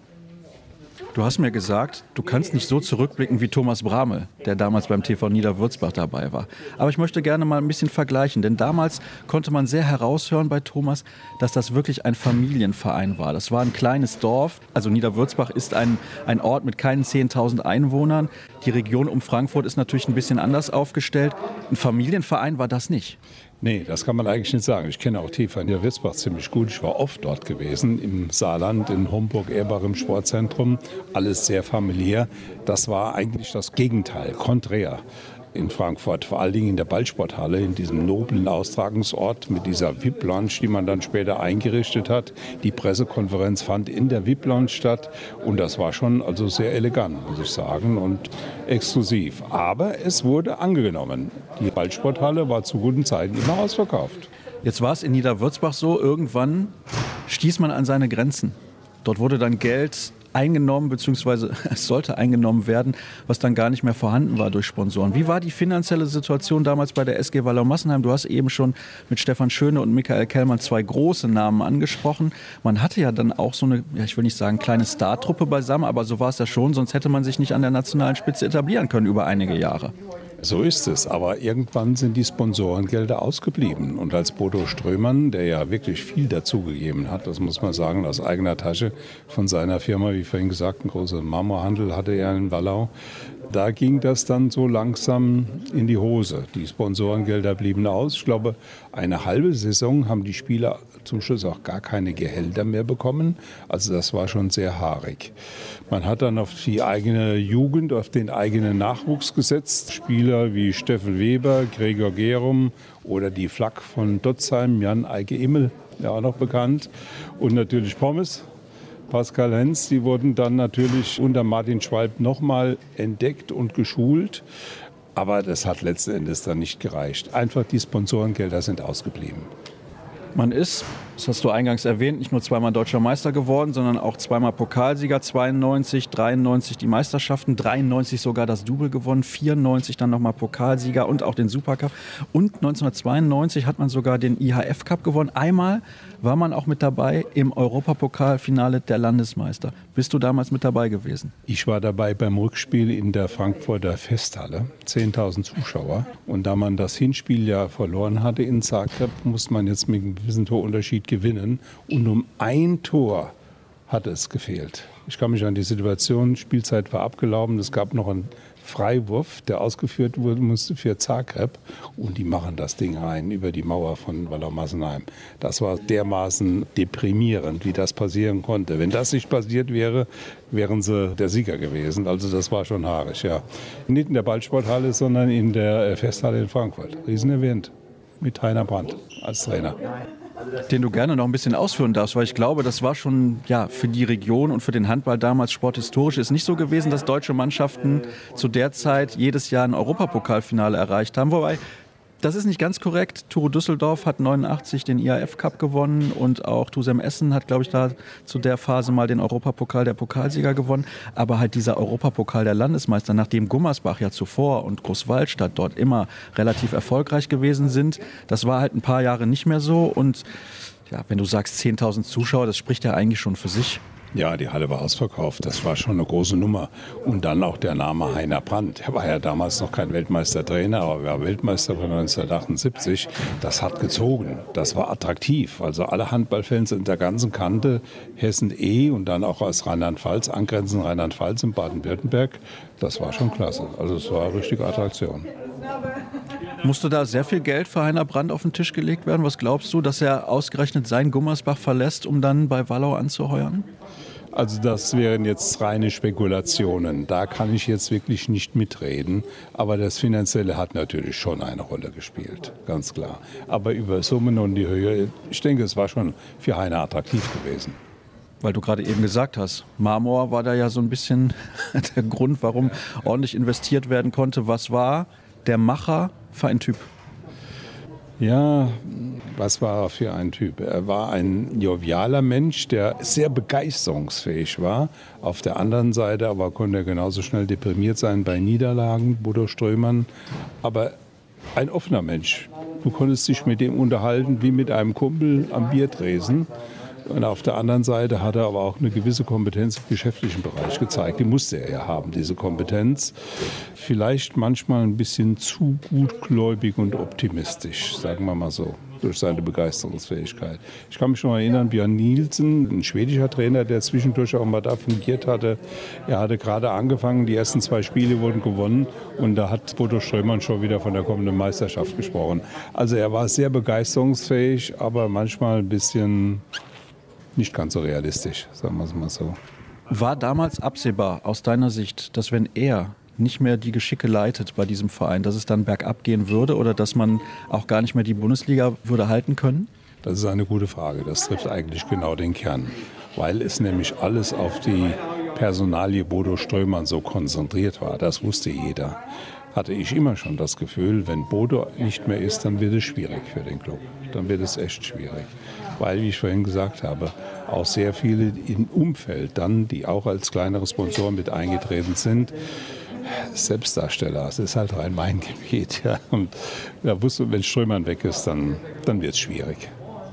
Du hast mir gesagt, du kannst nicht so zurückblicken wie Thomas Bramel, der damals beim TV Niederwürzbach dabei war. Aber ich möchte gerne mal ein bisschen vergleichen, denn damals konnte man sehr heraushören bei Thomas, dass das wirklich ein Familienverein war. Das war ein kleines Dorf, also Niederwürzbach ist ein Ort mit keinen 10.000 Einwohnern. Die Region um Frankfurt ist natürlich ein bisschen anders aufgestellt. Ein Familienverein war das nicht. Nee, das kann man eigentlich nicht sagen. Ich kenne auch TV Niederwürzbach ziemlich gut. Ich war oft dort gewesen, im Saarland, in Homburg-Erbach im Sportzentrum. Alles sehr familiär. Das war eigentlich das Gegenteil, konträr in Frankfurt. Vor allen Dingen in der Ballsporthalle, in diesem noblen Austragungsort mit dieser VIP-Lounge, die man dann später eingerichtet hat. Die Pressekonferenz fand in der VIP-Lounge statt. Und das war schon also sehr elegant, muss ich sagen, und exklusiv. Aber es wurde angenommen. Die Ballsporthalle war zu guten Zeiten immer ausverkauft. Jetzt war es in Niederwürzbach so, irgendwann stieß man an seine Grenzen. Dort wurde dann Geld eingenommen, beziehungsweise es sollte eingenommen werden, was dann gar nicht mehr vorhanden war durch Sponsoren. Wie war die finanzielle Situation damals bei der SG Wallau-Massenheim? Du hast eben schon mit Stefan Schöne und Michael Kellmann zwei große Namen angesprochen. Man hatte ja dann auch so eine, ich will nicht sagen kleine Star-Truppe beisammen, aber so war es ja schon, sonst hätte man sich nicht an der nationalen Spitze etablieren können über einige Jahre. So ist es, aber irgendwann sind die Sponsorengelder ausgeblieben. Und als Bodo Strömann, der ja wirklich viel dazugegeben hat, das muss man sagen, aus eigener Tasche von seiner Firma, wie vorhin gesagt, ein großer Marmorhandel hatte er in Wallau, da ging das dann so langsam in die Hose. Die Sponsorengelder blieben aus. Ich glaube, eine halbe Saison haben die Spieler zum Schluss auch gar keine Gehälter mehr bekommen. Also das war schon sehr haarig. Man hat dann auf die eigene Jugend, auf den eigenen Nachwuchs gesetzt. Spieler wie Steffen Weber, Gregor Gerum oder die Flak von Dotzheim, Jan Eike Immel, ja auch noch bekannt. Und natürlich Pommes. Pascal Hens, die wurden dann natürlich unter Martin Schwalb nochmal entdeckt und geschult. Aber das hat letzten Endes dann nicht gereicht. Einfach die Sponsorengelder sind ausgeblieben. Man ist Das hast du eingangs erwähnt, nicht nur zweimal deutscher Meister geworden, sondern auch zweimal Pokalsieger, 92, 93 die Meisterschaften, 93 sogar das Double gewonnen, 94 dann nochmal Pokalsieger und auch den Supercup. Und 1992 hat man sogar den IHF Cup gewonnen. Einmal war man auch mit dabei im Europapokalfinale der Landesmeister. Bist du damals mit dabei gewesen? Ich war dabei beim Rückspiel in der Frankfurter Festhalle, 10.000 Zuschauer. Und da man das Hinspiel ja verloren hatte in Zagreb, musste man jetzt mit einem gewissen Torunterschied gewinnen. Und um ein Tor hatte es gefehlt. Ich kann mich an die Situation, Spielzeit war abgelaufen, es gab noch einen Freiwurf, der ausgeführt wurde, musste für Zagreb. Und die machen das Ding rein über die Mauer von Wallermassenheim. Das war dermaßen deprimierend, wie das passieren konnte. Wenn das nicht passiert wäre, wären sie der Sieger gewesen. Also das war schon haarig, ja. Nicht in der Ballsporthalle, sondern in der Festhalle in Frankfurt. Riesenevent mit Heiner Brandt als Trainer. Den du gerne noch ein bisschen ausführen darfst, weil ich glaube, das war schon für die Region und für den Handball damals sporthistorisch ist nicht so gewesen, dass deutsche Mannschaften zu der Zeit jedes Jahr ein Europapokalfinale erreicht haben. Wobei, das ist nicht ganz korrekt. Turo Düsseldorf hat 89 den IAF Cup gewonnen und auch Tusem Essen hat, glaube ich, da zu der Phase mal den Europapokal der Pokalsieger gewonnen. Aber halt dieser Europapokal der Landesmeister, nachdem Gummersbach ja zuvor und Großwaldstadt dort immer relativ erfolgreich gewesen sind, das war halt ein paar Jahre nicht mehr so. Und ja, wenn du sagst 10.000 Zuschauer, das spricht ja eigentlich schon für sich. Ja, die Halle war ausverkauft. Das war schon eine große Nummer. Und dann auch der Name Heiner Brandt. Er war ja damals noch kein Weltmeistertrainer, aber er war Weltmeister von 1978. Das hat gezogen. Das war attraktiv. Also alle Handballfans in der ganzen Kante, Hessen und dann auch aus Rheinland-Pfalz, angrenzend Rheinland-Pfalz in Baden-Württemberg. Das war schon klasse. Also es war eine richtige Attraktion. Musste da sehr viel Geld für Heiner Brandt auf den Tisch gelegt werden? Was glaubst du, dass er ausgerechnet sein Gummersbach verlässt, um dann bei Wallau anzuheuern? Also das wären jetzt reine Spekulationen. Da kann ich jetzt wirklich nicht mitreden. Aber das Finanzielle hat natürlich schon eine Rolle gespielt, ganz klar. Aber über Summen und die Höhe, ich denke, es war schon für Heiner attraktiv gewesen. Weil du gerade eben gesagt hast, Marmor war da ja so ein bisschen der Grund, warum ordentlich investiert werden konnte. Was war der Macher für ein Typ? Ja, was war er für ein Typ? Er war ein jovialer Mensch, der sehr begeisterungsfähig war. Auf der anderen Seite aber konnte er genauso schnell deprimiert sein bei Niederlagen, Bodo Strömann. Aber ein offener Mensch. Du konntest dich mit dem unterhalten wie mit einem Kumpel am Biertresen. Und auf der anderen Seite hat er aber auch eine gewisse Kompetenz im geschäftlichen Bereich gezeigt. Die musste er ja haben, diese Kompetenz. Vielleicht manchmal ein bisschen zu gutgläubig und optimistisch, sagen wir mal so, durch seine Begeisterungsfähigkeit. Ich kann mich noch erinnern, Björn Nielsen, ein schwedischer Trainer, der zwischendurch auch mal da fungiert hatte. Er hatte gerade angefangen, die ersten 2 Spiele wurden gewonnen und da hat Bodo Strömann schon wieder von der kommenden Meisterschaft gesprochen. Also er war sehr begeisterungsfähig, aber manchmal ein bisschen nicht ganz so realistisch, sagen wir es mal so. War damals absehbar aus deiner Sicht, dass wenn er nicht mehr die Geschicke leitet bei diesem Verein, dass es dann bergab gehen würde oder dass man auch gar nicht mehr die Bundesliga würde halten können? Das ist eine gute Frage. Das trifft eigentlich genau den Kern, weil es nämlich alles auf die Personalie Bodo Strömann so konzentriert war. Das wusste jeder. Hatte ich immer schon das Gefühl, wenn Bodo nicht mehr ist, dann wird es schwierig für den Club. Dann wird es echt schwierig. Weil, wie ich vorhin gesagt habe, auch sehr viele im Umfeld dann, die auch als kleinere Sponsoren mit eingetreten sind, Selbstdarsteller. Es ist halt Rhein-Main-Gebiet. Ja. Und da wusste, wenn Strömann weg ist, dann wird es schwierig.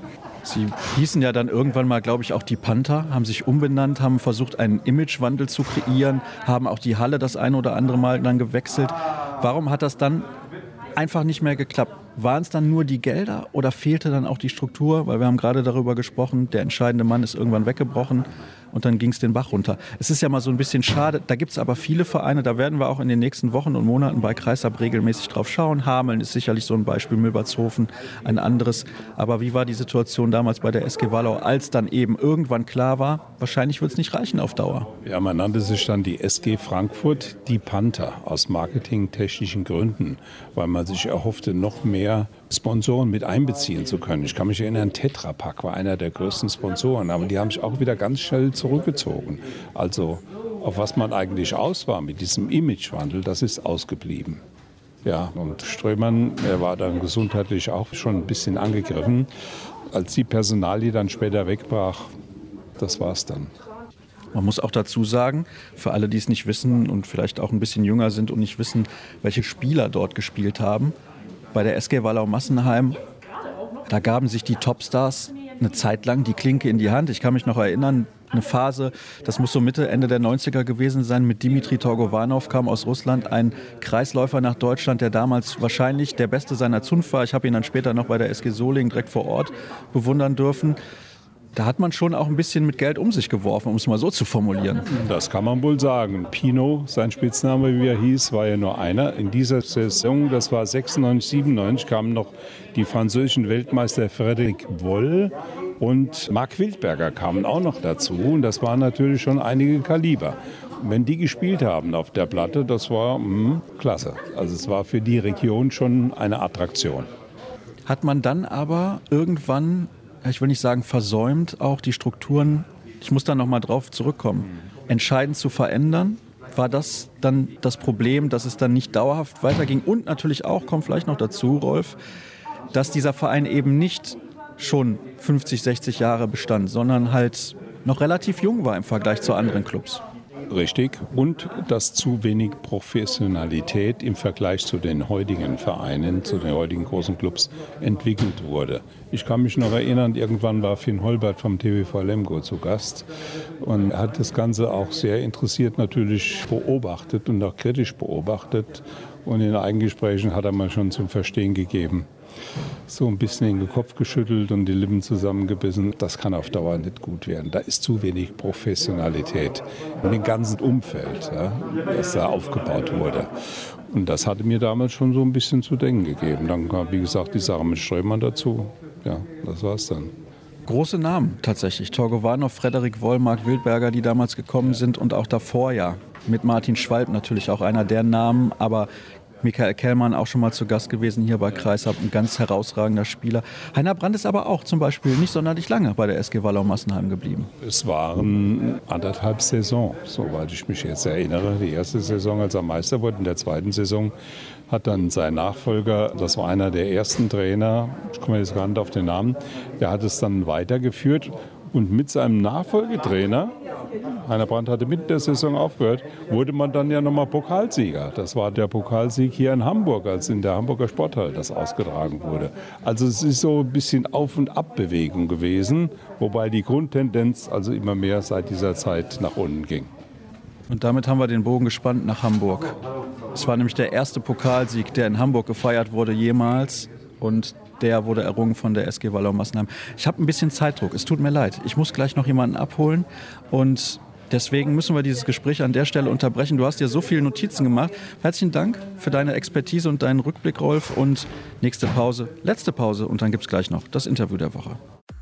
Sie hießen ja dann irgendwann mal, glaube ich, auch die Panther, haben sich umbenannt, haben versucht, einen Imagewandel zu kreieren, haben auch die Halle das eine oder andere Mal dann gewechselt. Warum hat das dann einfach nicht mehr geklappt? Waren es dann nur die Gelder oder fehlte dann auch die Struktur? Weil wir haben gerade darüber gesprochen, der entscheidende Mann ist irgendwann weggebrochen und dann ging es den Bach runter. Es ist ja mal so ein bisschen schade, da gibt es aber viele Vereine, da werden wir auch in den nächsten Wochen und Monaten bei Kreisab regelmäßig drauf schauen. Hameln ist sicherlich so ein Beispiel, Milbertshofen ein anderes. Aber wie war die Situation damals bei der SG Wallau, als dann eben irgendwann klar war, wahrscheinlich wird es nicht reichen auf Dauer? Ja, man nannte sich dann die SG Frankfurt, die Panther, aus marketingtechnischen Gründen, weil man sich erhoffte, noch mehr Sponsoren mit einbeziehen zu können. Ich kann mich erinnern, Tetra Pak war einer der größten Sponsoren, aber die haben sich auch wieder ganz schnell zurückgezogen. Also auf was man eigentlich aus war mit diesem Imagewandel, das ist ausgeblieben. Ja, und Strömann, er war dann gesundheitlich auch schon ein bisschen angegriffen. als die Personalie dann später wegbrach, das war's dann. Man muss auch dazu sagen, für alle, die es nicht wissen und vielleicht auch ein bisschen jünger sind und nicht wissen, welche Spieler dort gespielt haben, bei der SG Wallau-Massenheim, da gaben sich die Topstars eine Zeit lang die Klinke in die Hand. Ich kann mich noch erinnern, eine Phase, das muss so Mitte, Ende der 90er gewesen sein, mit Dimitri Torgovanov, kam aus Russland, ein Kreisläufer nach Deutschland, der damals wahrscheinlich der Beste seiner Zunft war. Ich habe ihn dann später noch bei der SG Solingen direkt vor Ort bewundern dürfen. Da hat man schon auch ein bisschen mit Geld um sich geworfen, um es mal so zu formulieren. Das kann man wohl sagen. Pino, sein Spitzname, wie er hieß, war ja nur einer. In dieser Saison, das war 96, 97, kamen noch die französischen Weltmeister Frédéric Woll und Marc Wildberger kamen auch noch dazu. Und das waren natürlich schon einige Kaliber. Und wenn die gespielt haben auf der Platte, das war klasse. Also es war für die Region schon eine Attraktion. Hat man dann aber irgendwann, ich will nicht sagen versäumt, auch die Strukturen, ich muss da nochmal drauf zurückkommen, entscheidend zu verändern? War das dann das Problem, dass es dann nicht dauerhaft weiterging? Und natürlich auch, kommt vielleicht noch dazu, Rolf, dass dieser Verein eben nicht schon 50, 60 Jahre bestand, sondern halt noch relativ jung war im Vergleich zu anderen Clubs. Richtig. Und dass zu wenig Professionalität im Vergleich zu den heutigen Vereinen, zu den heutigen großen Clubs entwickelt wurde. Ich kann mich noch erinnern, irgendwann war Finn Holbert vom TBV Lemgo zu Gast und er hat das Ganze auch sehr interessiert natürlich beobachtet und auch kritisch beobachtet. Und in Eigengesprächen hat er mal schon zum Verstehen gegeben, so ein bisschen in den Kopf geschüttelt und die Lippen zusammengebissen. Das kann auf Dauer nicht gut werden. Da ist zu wenig Professionalität in dem ganzen Umfeld, ja, das da aufgebaut wurde. Und das hatte mir damals schon so ein bisschen zu denken gegeben. Dann kam, wie gesagt, die Sache mit Strömmann dazu. Ja, das war's dann. Große Namen tatsächlich. Torgovanov, Frédéric Woll, Marc Wildberger, die damals gekommen sind und auch davor ja. Mit Martin Schwalb natürlich auch einer der Namen, aber Michael Kellmann auch schon mal zu Gast gewesen hier bei Kreisab, ein ganz herausragender Spieler. Heiner Brandt ist aber auch zum Beispiel nicht sonderlich lange bei der SG Wallau-Massenheim geblieben. Es waren 1,5 Saison, soweit ich mich jetzt erinnere. Die erste Saison, als er Meister wurde, in der zweiten Saison hat dann sein Nachfolger, das war einer der ersten Trainer, ich komme jetzt gar nicht auf den Namen, der hat es dann weitergeführt. Und mit seinem Nachfolgetrainer, Heiner Brandt hatte mitten der Saison aufgehört, wurde man dann ja nochmal Pokalsieger. Das war der Pokalsieg hier in Hamburg, als in der Hamburger Sporthalle das ausgetragen wurde. Also es ist so ein bisschen Auf- und Abbewegung gewesen, wobei die Grundtendenz also immer mehr seit dieser Zeit nach unten ging. Und damit haben wir den Bogen gespannt nach Hamburg. Es war nämlich der erste Pokalsieg, der in Hamburg gefeiert wurde jemals. Und der wurde errungen von der SG Wallau-Massenheim. Ich habe ein bisschen Zeitdruck, es tut mir leid. Ich muss gleich noch jemanden abholen und deswegen müssen wir dieses Gespräch an der Stelle unterbrechen. Du hast dir so viele Notizen gemacht. Herzlichen Dank für deine Expertise und deinen Rückblick, Rolf. Und nächste Pause, letzte Pause und dann gibt es gleich noch das Interview der Woche.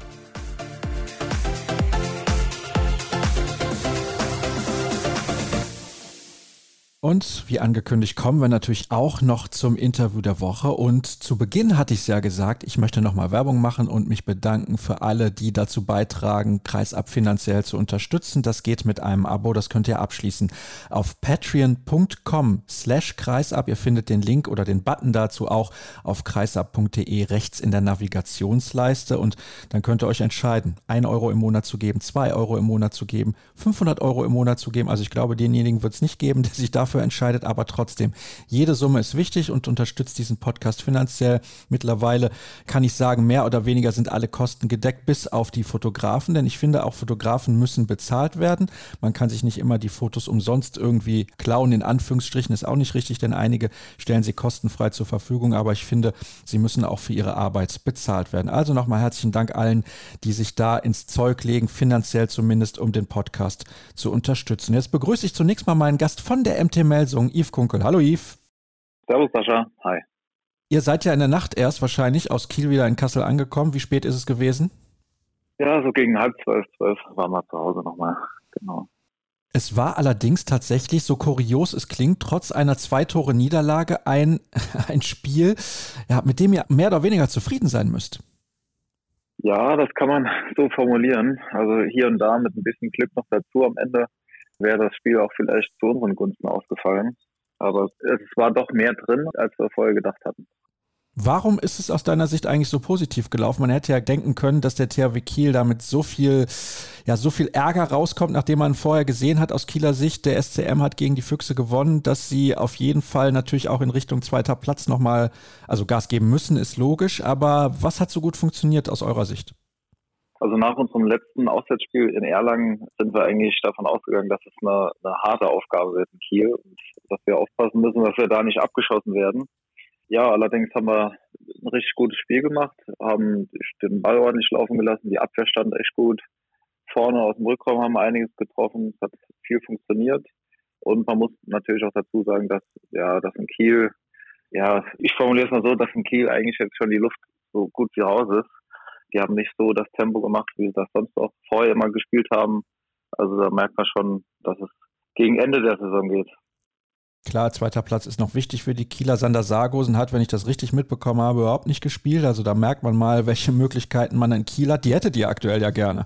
Und wie angekündigt kommen wir natürlich auch noch zum Interview der Woche. Und zu Beginn hatte ich es ja gesagt, ich möchte nochmal Werbung machen und mich bedanken für alle, die dazu beitragen, Kreisab finanziell zu unterstützen. Das geht mit einem Abo, das könnt ihr abschließen auf patreon.com/kreisab. Ihr findet den Link oder den Button dazu auch auf kreisab.de rechts in der Navigationsleiste. Und dann könnt ihr euch entscheiden, 1 Euro im Monat zu geben, 2 Euro im Monat zu geben, 500 Euro im Monat zu geben. Also ich glaube, denjenigen wird es nicht geben, der sich dafür entscheidet, aber trotzdem, jede Summe ist wichtig und unterstützt diesen Podcast finanziell. Mittlerweile kann ich sagen, mehr oder weniger sind alle Kosten gedeckt, bis auf die Fotografen, denn ich finde, auch Fotografen müssen bezahlt werden. Man kann sich nicht immer die Fotos umsonst irgendwie klauen, in Anführungsstrichen, ist auch nicht richtig, denn einige stellen sie kostenfrei zur Verfügung, aber ich finde, sie müssen auch für ihre Arbeit bezahlt werden. Also nochmal herzlichen Dank allen, die sich da ins Zeug legen, finanziell zumindest, um den Podcast zu unterstützen. Jetzt begrüße ich zunächst mal meinen Gast von der MT Melsungen, Yves Kunkel. Hallo Yves. Servus Sascha, hi. Ihr seid ja in der Nacht erst wahrscheinlich aus Kiel wieder in Kassel angekommen. Wie spät ist es gewesen? Ja, so gegen 11:30 waren wir zu Hause nochmal, genau. Es war allerdings tatsächlich, so kurios es klingt, trotz einer 2-Tore-Niederlage ein Spiel, ja, mit dem ihr mehr oder weniger zufrieden sein müsst. Ja, das kann man so formulieren. Also hier und da mit ein bisschen Glück noch dazu am Ende wäre das Spiel auch vielleicht zu unseren Gunsten ausgefallen. Aber es war doch mehr drin, als wir vorher gedacht hatten. Warum ist es aus deiner Sicht eigentlich so positiv gelaufen? Man hätte ja denken können, dass der THW Kiel damit so viel Ärger rauskommt, nachdem man vorher gesehen hat aus Kieler Sicht, der SCM hat gegen die Füchse gewonnen, dass sie auf jeden Fall natürlich auch in Richtung zweiter Platz nochmal, also Gas geben müssen, ist logisch. Aber was hat so gut funktioniert aus eurer Sicht? Also nach unserem letzten Auswärtsspiel in Erlangen sind wir eigentlich davon ausgegangen, dass es eine harte Aufgabe wird in Kiel und dass wir aufpassen müssen, dass wir da nicht abgeschossen werden. Ja, allerdings haben wir ein richtig gutes Spiel gemacht, haben den Ball ordentlich laufen gelassen, die Abwehr stand echt gut. Vorne aus dem Rückraum haben wir einiges getroffen, es hat viel funktioniert. Und man muss natürlich auch dazu sagen, dass in Kiel, ich formuliere es mal so, dass in Kiel eigentlich jetzt schon die Luft so gut wie raus ist. Die haben nicht so das Tempo gemacht, wie sie das sonst auch vorher immer gespielt haben. Also da merkt man schon, dass es gegen Ende der Saison geht. Klar, zweiter Platz ist noch wichtig für die Kieler. Sander Sargosen hat, wenn ich das richtig mitbekommen habe, überhaupt nicht gespielt. Also da merkt man mal, welche Möglichkeiten man in Kiel hat. Die hättet ihr aktuell ja gerne.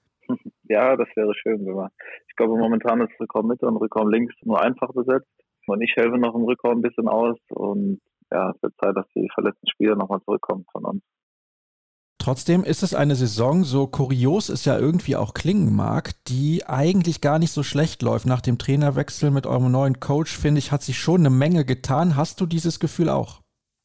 Ja, das wäre schön. Ich glaube, momentan ist Rückraum Mitte und Rückraum links nur einfach besetzt. Und ich helfe noch im Rückraum ein bisschen aus. Und ja, es wird Zeit, dass die verletzten Spieler nochmal zurückkommen von uns. Trotzdem ist es eine Saison, so kurios es ja irgendwie auch klingen mag, die eigentlich gar nicht so schlecht läuft. Nach dem Trainerwechsel mit eurem neuen Coach, finde ich, hat sich schon eine Menge getan. Hast du dieses Gefühl auch?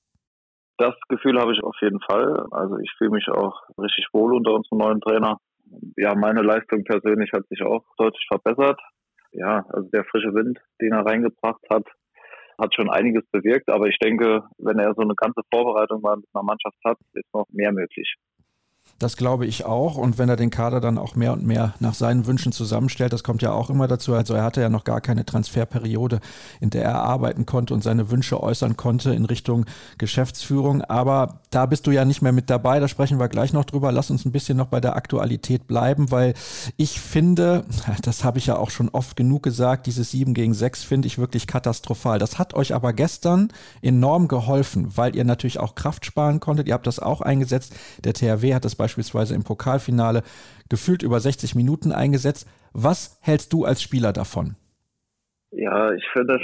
Das Gefühl habe ich auf jeden Fall. Also ich fühle mich auch richtig wohl unter unserem neuen Trainer. Ja, meine Leistung persönlich hat sich auch deutlich verbessert. Ja, also der frische Wind, den er reingebracht hat schon einiges bewirkt. Aber ich denke, wenn er so eine ganze Vorbereitung mal mit einer Mannschaft hat, ist noch mehr möglich. Das glaube ich auch. Und wenn er den Kader dann auch mehr und mehr nach seinen Wünschen zusammenstellt, das kommt ja auch immer dazu. Also er hatte ja noch gar keine Transferperiode, in der er arbeiten konnte und seine Wünsche äußern konnte in Richtung Geschäftsführung. Aber da bist du ja nicht mehr mit dabei. Da sprechen wir gleich noch drüber. Lass uns ein bisschen noch bei der Aktualität bleiben, weil ich finde, das habe ich ja auch schon oft genug gesagt, dieses 7-6 finde ich wirklich katastrophal. Das hat euch aber gestern enorm geholfen, weil ihr natürlich auch Kraft sparen konntet. Ihr habt das auch eingesetzt. Der THW hat das beispielsweise im Pokalfinale gefühlt über 60 Minuten eingesetzt. Was hältst du als Spieler davon? Ja, ich finde,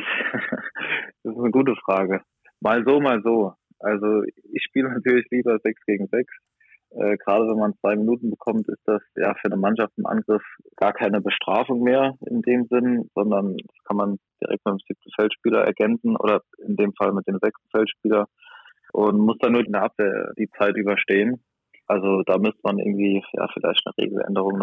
das ist eine gute Frage. Mal so, mal so. Also ich spiele natürlich lieber 6-6. Gerade wenn man 2 Minuten bekommt, ist das ja für eine Mannschaft im Angriff gar keine Bestrafung mehr in dem Sinn, sondern das kann man direkt mit dem 7. Feldspieler ergänzen oder in dem Fall mit dem 6. Feldspieler und muss dann nur in der Abwehr die Zeit überstehen. Also da müsste man irgendwie vielleicht eine Regeländerung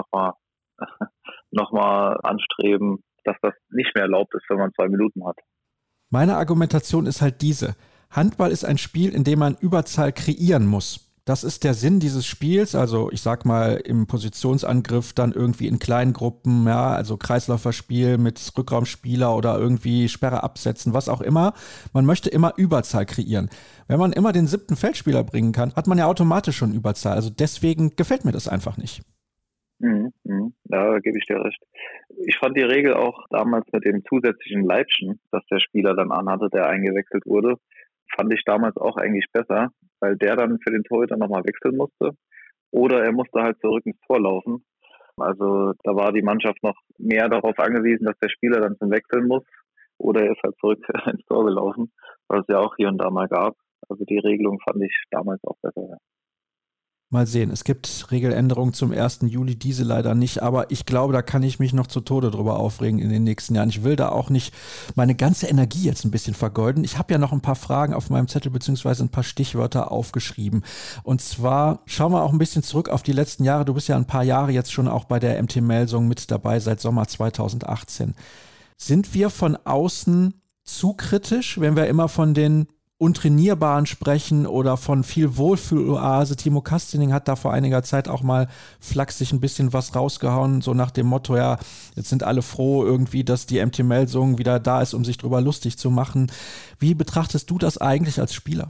nochmal anstreben, dass das nicht mehr erlaubt ist, wenn man 2 Minuten hat. Meine Argumentation ist halt diese. Handball ist ein Spiel, in dem man Überzahl kreieren muss. Das ist der Sinn dieses Spiels, also ich sag mal im Positionsangriff dann irgendwie in kleinen Gruppen, ja, also Kreisläuferspiel mit Rückraumspieler oder irgendwie Sperre absetzen, was auch immer. Man möchte immer Überzahl kreieren. Wenn man immer den 7. Feldspieler bringen kann, hat man ja automatisch schon Überzahl. Also deswegen gefällt mir das einfach nicht. Ja, da gebe ich dir recht. Ich fand die Regel auch damals mit dem zusätzlichen Leibchen, das der Spieler dann anhatte, der eingewechselt wurde, fand ich damals auch eigentlich besser, weil der dann für den Torhüter nochmal wechseln musste oder er musste halt zurück ins Tor laufen. Also da war die Mannschaft noch mehr darauf angewiesen, dass der Spieler dann zum Wechseln muss oder er ist halt zurück ins Tor gelaufen, was es ja auch hier und da mal gab. Also die Regelung fand ich damals auch besser. Ja. Mal sehen, es gibt Regeländerungen zum 1. Juli, diese leider nicht, aber ich glaube, da kann ich mich noch zu Tode drüber aufregen in den nächsten Jahren. Ich will da auch nicht meine ganze Energie jetzt ein bisschen vergeuden. Ich habe ja noch ein paar Fragen auf meinem Zettel beziehungsweise ein paar Stichwörter aufgeschrieben. Und zwar schauen wir auch ein bisschen zurück auf die letzten Jahre. Du bist ja ein paar Jahre jetzt schon auch bei der MT Melsung mit dabei, seit Sommer 2018. Sind wir von außen zu kritisch, wenn wir immer von den Untrainierbaren sprechen oder von viel Wohlfühloase? Timo Kastening hat da vor einiger Zeit auch mal flachsig ein bisschen was rausgehauen, so nach dem Motto, ja, jetzt sind alle froh irgendwie, dass die MT Melsung wieder da ist, um sich drüber lustig zu machen. Wie betrachtest du das eigentlich als Spieler?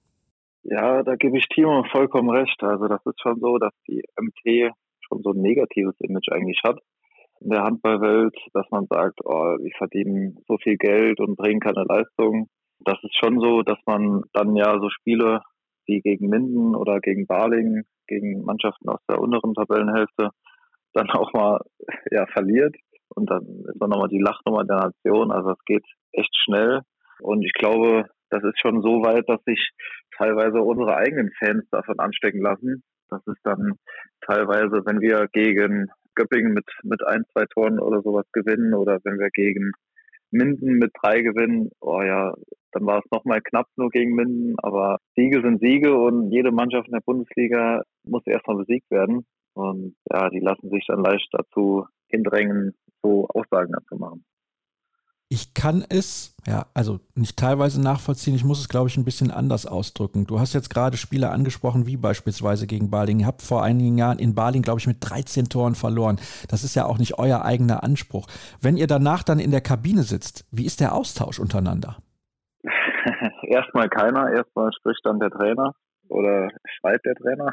Ja, da gebe ich Timo vollkommen recht. Also das ist schon so, dass die MT schon so ein negatives Image eigentlich hat in der Handballwelt, dass man sagt, oh, die verdienen so viel Geld und bringen keine Leistung. Das ist schon so, dass man dann ja so Spiele wie gegen Minden oder gegen Balingen, gegen Mannschaften aus der unteren Tabellenhälfte, dann auch mal verliert. Und dann ist man nochmal die Lachnummer der Nation. Also es geht echt schnell. Und ich glaube, das ist schon so weit, dass sich teilweise unsere eigenen Fans davon anstecken lassen. Das ist dann teilweise, wenn wir gegen Göppingen mit 1, 2 Toren oder sowas gewinnen oder wenn wir gegen Minden mit 3 gewinnen, oh ja, dann war es nochmal knapp nur gegen Minden, aber Siege sind Siege und jede Mannschaft in der Bundesliga muss erstmal besiegt werden. Und ja, die lassen sich dann leicht dazu hindrängen, so Aussagen dazu machen. Ich kann es, ja, also nicht teilweise nachvollziehen, ich muss es, glaube ich, ein bisschen anders ausdrücken. Du hast jetzt gerade Spiele angesprochen, wie beispielsweise gegen Balingen. Ihr habt vor einigen Jahren in Balingen, glaube ich, mit 13 Toren verloren. Das ist ja auch nicht euer eigener Anspruch. Wenn ihr danach dann in der Kabine sitzt, wie ist der Austausch untereinander? Erstmal keiner, erstmal spricht dann der Trainer oder schreit der Trainer.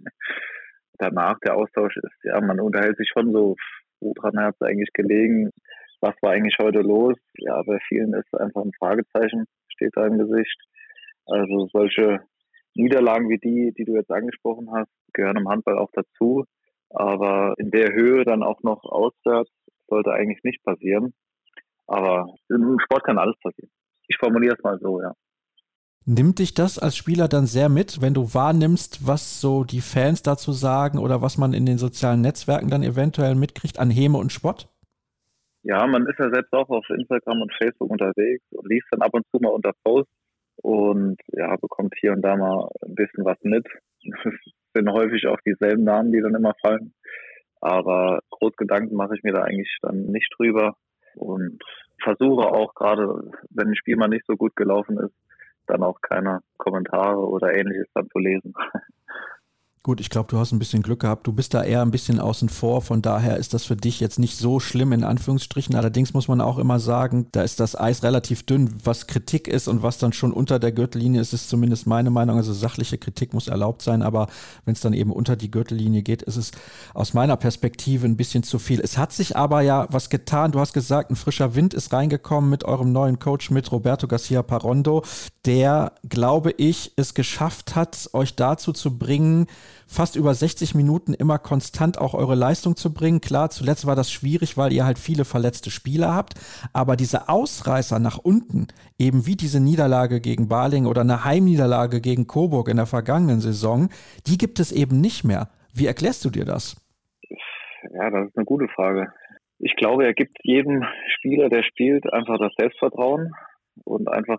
Danach der Austausch ist, ja, man unterhält sich schon so, woran hat es eigentlich gelegen, was war eigentlich heute los? Ja, bei vielen ist einfach ein Fragezeichen, steht da im Gesicht. Also solche Niederlagen wie die du jetzt angesprochen hast, gehören im Handball auch dazu. Aber in der Höhe dann auch noch auswärts sollte eigentlich nicht passieren. Aber im Sport kann alles passieren. Ich formuliere es mal so, ja. Nimmt dich das als Spieler dann sehr mit, wenn du wahrnimmst, was so die Fans dazu sagen oder was man in den sozialen Netzwerken dann eventuell mitkriegt an Häme und Spott? Ja, man ist ja selbst auch auf Instagram und Facebook unterwegs und liest dann ab und zu mal unter Posts und ja, bekommt hier und da mal ein bisschen was mit. Es sind häufig auch dieselben Namen, die dann immer fallen. Aber groß Gedanken mache ich mir da eigentlich dann nicht drüber und versuche auch gerade, wenn ein Spiel mal nicht so gut gelaufen ist, dann auch keine Kommentare oder Ähnliches dann zu lesen. Gut, ich glaube, du hast ein bisschen Glück gehabt. Du bist da eher ein bisschen außen vor. Von daher ist das für dich jetzt nicht so schlimm in Anführungsstrichen. Allerdings muss man auch immer sagen, da ist das Eis relativ dünn. Was Kritik ist und was dann schon unter der Gürtellinie ist, ist zumindest meine Meinung. Also sachliche Kritik muss erlaubt sein. Aber wenn es dann eben unter die Gürtellinie geht, ist es aus meiner Perspektive ein bisschen zu viel. Es hat sich aber ja was getan. Du hast gesagt, ein frischer Wind ist reingekommen mit eurem neuen Coach, mit Roberto Garcia Parondo, der, glaube ich, es geschafft hat, euch dazu zu bringen, fast über 60 Minuten immer konstant auch eure Leistung zu bringen. Klar, zuletzt war das schwierig, weil ihr halt viele verletzte Spieler habt, aber diese Ausreißer nach unten, eben wie diese Niederlage gegen Balingen oder eine Heimniederlage gegen Coburg in der vergangenen Saison, die gibt es eben nicht mehr. Wie erklärst du dir das? Ja, das ist eine gute Frage. Ich glaube, er gibt jedem Spieler, der spielt, einfach das Selbstvertrauen und einfach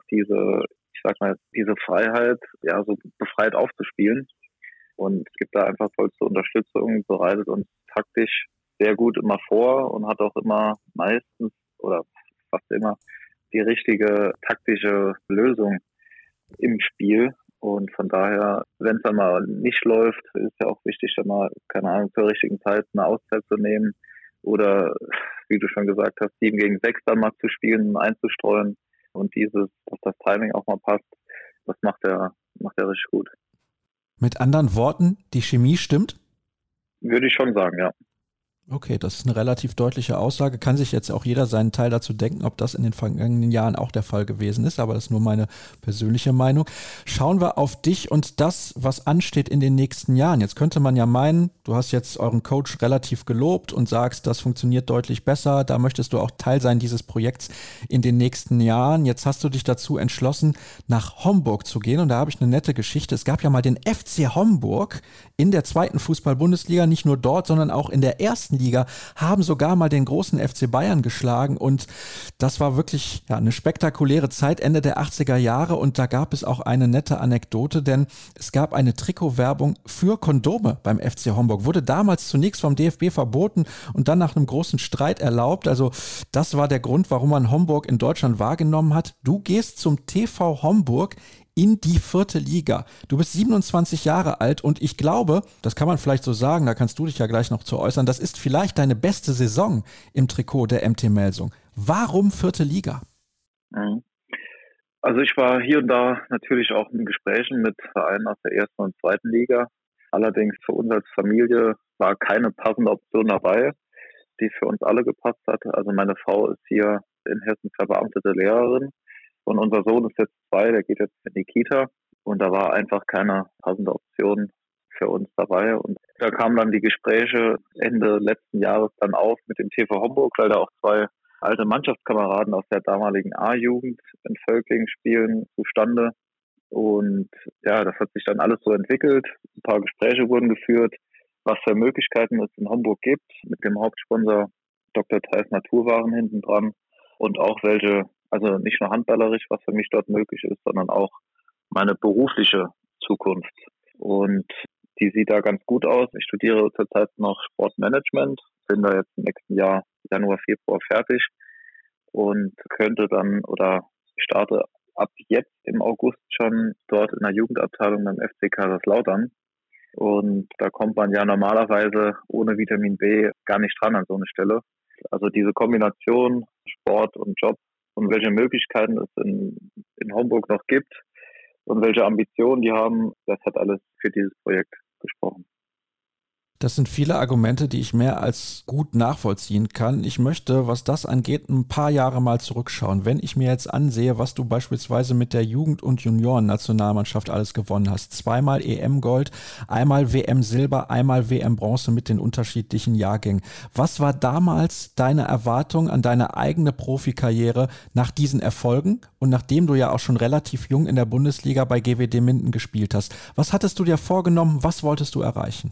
diese Freiheit, ja, so befreit aufzuspielen. Und es gibt da einfach vollste Unterstützung, bereitet uns taktisch sehr gut immer vor und hat auch immer meistens oder fast immer die richtige taktische Lösung im Spiel. Und von daher, wenn es dann mal nicht läuft, ist ja auch wichtig, dann mal, keine Ahnung, zur richtigen Zeit eine Auszeit zu nehmen oder, wie du schon gesagt hast, 7 gegen 6 dann mal zu spielen, einzustreuen und dass das Timing auch mal passt, das macht er richtig gut. Mit anderen Worten, die Chemie stimmt? Würde ich schon sagen, ja. Okay, das ist eine relativ deutliche Aussage. Kann sich jetzt auch jeder seinen Teil dazu denken, ob das in den vergangenen Jahren auch der Fall gewesen ist, aber das ist nur meine persönliche Meinung. Schauen wir auf dich und das, was ansteht in den nächsten Jahren. Jetzt könnte man ja meinen, du hast jetzt euren Coach relativ gelobt und sagst, das funktioniert deutlich besser, da möchtest du auch Teil sein dieses Projekts in den nächsten Jahren. Jetzt hast du dich dazu entschlossen, nach Homburg zu gehen und da habe ich eine nette Geschichte. Es gab ja mal den FC Homburg in der 2. Fußball-Bundesliga, nicht nur dort, sondern auch in der 1. Liga, haben sogar mal den großen FC Bayern geschlagen und das war wirklich eine spektakuläre Zeit, Ende der 80er Jahre und da gab es auch eine nette Anekdote, denn es gab eine Trikotwerbung für Kondome beim FC Homburg, wurde damals zunächst vom DFB verboten und dann nach einem großen Streit erlaubt, also das war der Grund, warum man Homburg in Deutschland wahrgenommen hat. Du gehst zum TV Homburg in die 4. Liga. Du bist 27 Jahre alt und ich glaube, das kann man vielleicht so sagen, da kannst du dich ja gleich noch zu äußern, das ist vielleicht deine beste Saison im Trikot der MT Melsung. Warum 4. Liga? Also ich war hier und da natürlich auch in Gesprächen mit Vereinen aus der 1. und 2. Liga. Allerdings für uns als Familie war keine passende Option dabei, die für uns alle gepasst hat. Also meine Frau ist hier in Hessen verbeamtete Lehrerin. Und unser Sohn ist jetzt 2, der geht jetzt in die Kita. Und da war einfach keine passende Option für uns dabei. Und da kamen dann die Gespräche Ende letzten Jahres dann auf mit dem TV Homburg, weil da auch 2 alte Mannschaftskameraden aus der damaligen A-Jugend in Völklingen spielen zustande. Und ja, das hat sich dann alles so entwickelt. Ein paar Gespräche wurden geführt, was für Möglichkeiten es in Homburg gibt, mit dem Hauptsponsor Dr. Theis Naturwaren hinten dran und auch welche, also nicht nur handballerisch, was für mich dort möglich ist, sondern auch meine berufliche Zukunft. Und die sieht da ganz gut aus. Ich studiere zurzeit noch Sportmanagement, bin da jetzt im nächsten Jahr, Januar, Februar fertig und könnte dann oder starte ab jetzt im August schon dort in der Jugendabteilung beim FC Kaiserslautern. Und da kommt man ja normalerweise ohne Vitamin B gar nicht dran an so eine Stelle. Also diese Kombination Sport und Job und welche Möglichkeiten es in Homburg noch gibt und welche Ambitionen die haben, das hat alles für dieses Projekt gesprochen. Das sind viele Argumente, die ich mehr als gut nachvollziehen kann. Ich möchte, was das angeht, ein paar Jahre mal zurückschauen. Wenn ich mir jetzt ansehe, was du beispielsweise mit der Jugend- und Junioren-Nationalmannschaft alles gewonnen hast. 2-mal EM-Gold, einmal WM-Silber, einmal WM-Bronze mit den unterschiedlichen Jahrgängen. Was war damals deine Erwartung an deine eigene Profikarriere nach diesen Erfolgen und nachdem du ja auch schon relativ jung in der Bundesliga bei GWD Minden gespielt hast? Was hattest du dir vorgenommen? Was wolltest du erreichen?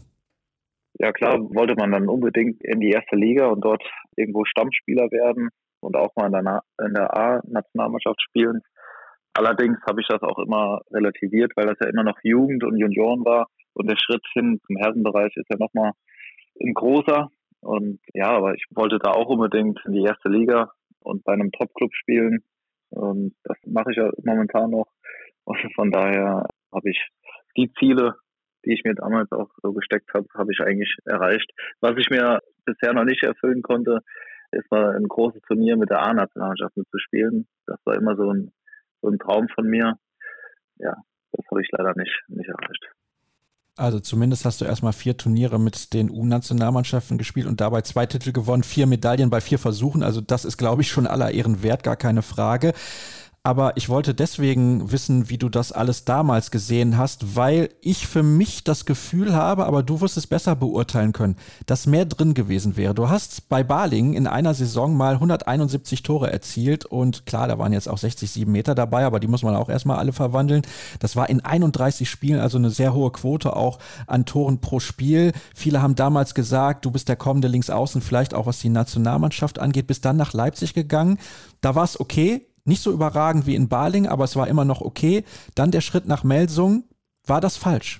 Ja klar, wollte man dann unbedingt in die erste Liga und dort irgendwo Stammspieler werden und auch mal in der A-Nationalmannschaft spielen. Allerdings habe ich das auch immer relativiert, weil das ja immer noch Jugend und Junioren war und der Schritt hin zum Herrenbereich ist ja nochmal ein großer. Und ja, aber ich wollte da auch unbedingt in die erste Liga und bei einem Top-Club spielen. Und das mache ich ja momentan noch. Und von daher habe ich die Ziele, die ich mir damals auch so gesteckt habe, habe ich eigentlich erreicht. Was ich mir bisher noch nicht erfüllen konnte, ist mal ein großes Turnier mit der A-Nationalmannschaft mitzuspielen. Das war immer so ein Traum von mir. Ja, das habe ich leider nicht erreicht. Also zumindest hast du erstmal 4 Turniere mit den U-Nationalmannschaften gespielt und dabei 2 Titel gewonnen, 4 Medaillen bei 4 Versuchen. Also das ist, glaube ich, schon aller Ehren wert, gar keine Frage. Aber ich wollte deswegen wissen, wie du das alles damals gesehen hast, weil ich für mich das Gefühl habe, aber du wirst es besser beurteilen können, dass mehr drin gewesen wäre. Du hast bei Balingen in einer Saison mal 171 Tore erzielt und klar, da waren jetzt auch 60-7 Meter dabei, aber die muss man auch erstmal alle verwandeln. Das war in 31 Spielen, also eine sehr hohe Quote auch an Toren pro Spiel. Viele haben damals gesagt, du bist der kommende Linksaußen, vielleicht auch was die Nationalmannschaft angeht, bist dann nach Leipzig gegangen. Da war es okay. Nicht so überragend wie in Balingen, aber es war immer noch okay. Dann der Schritt nach Melsungen. War das falsch?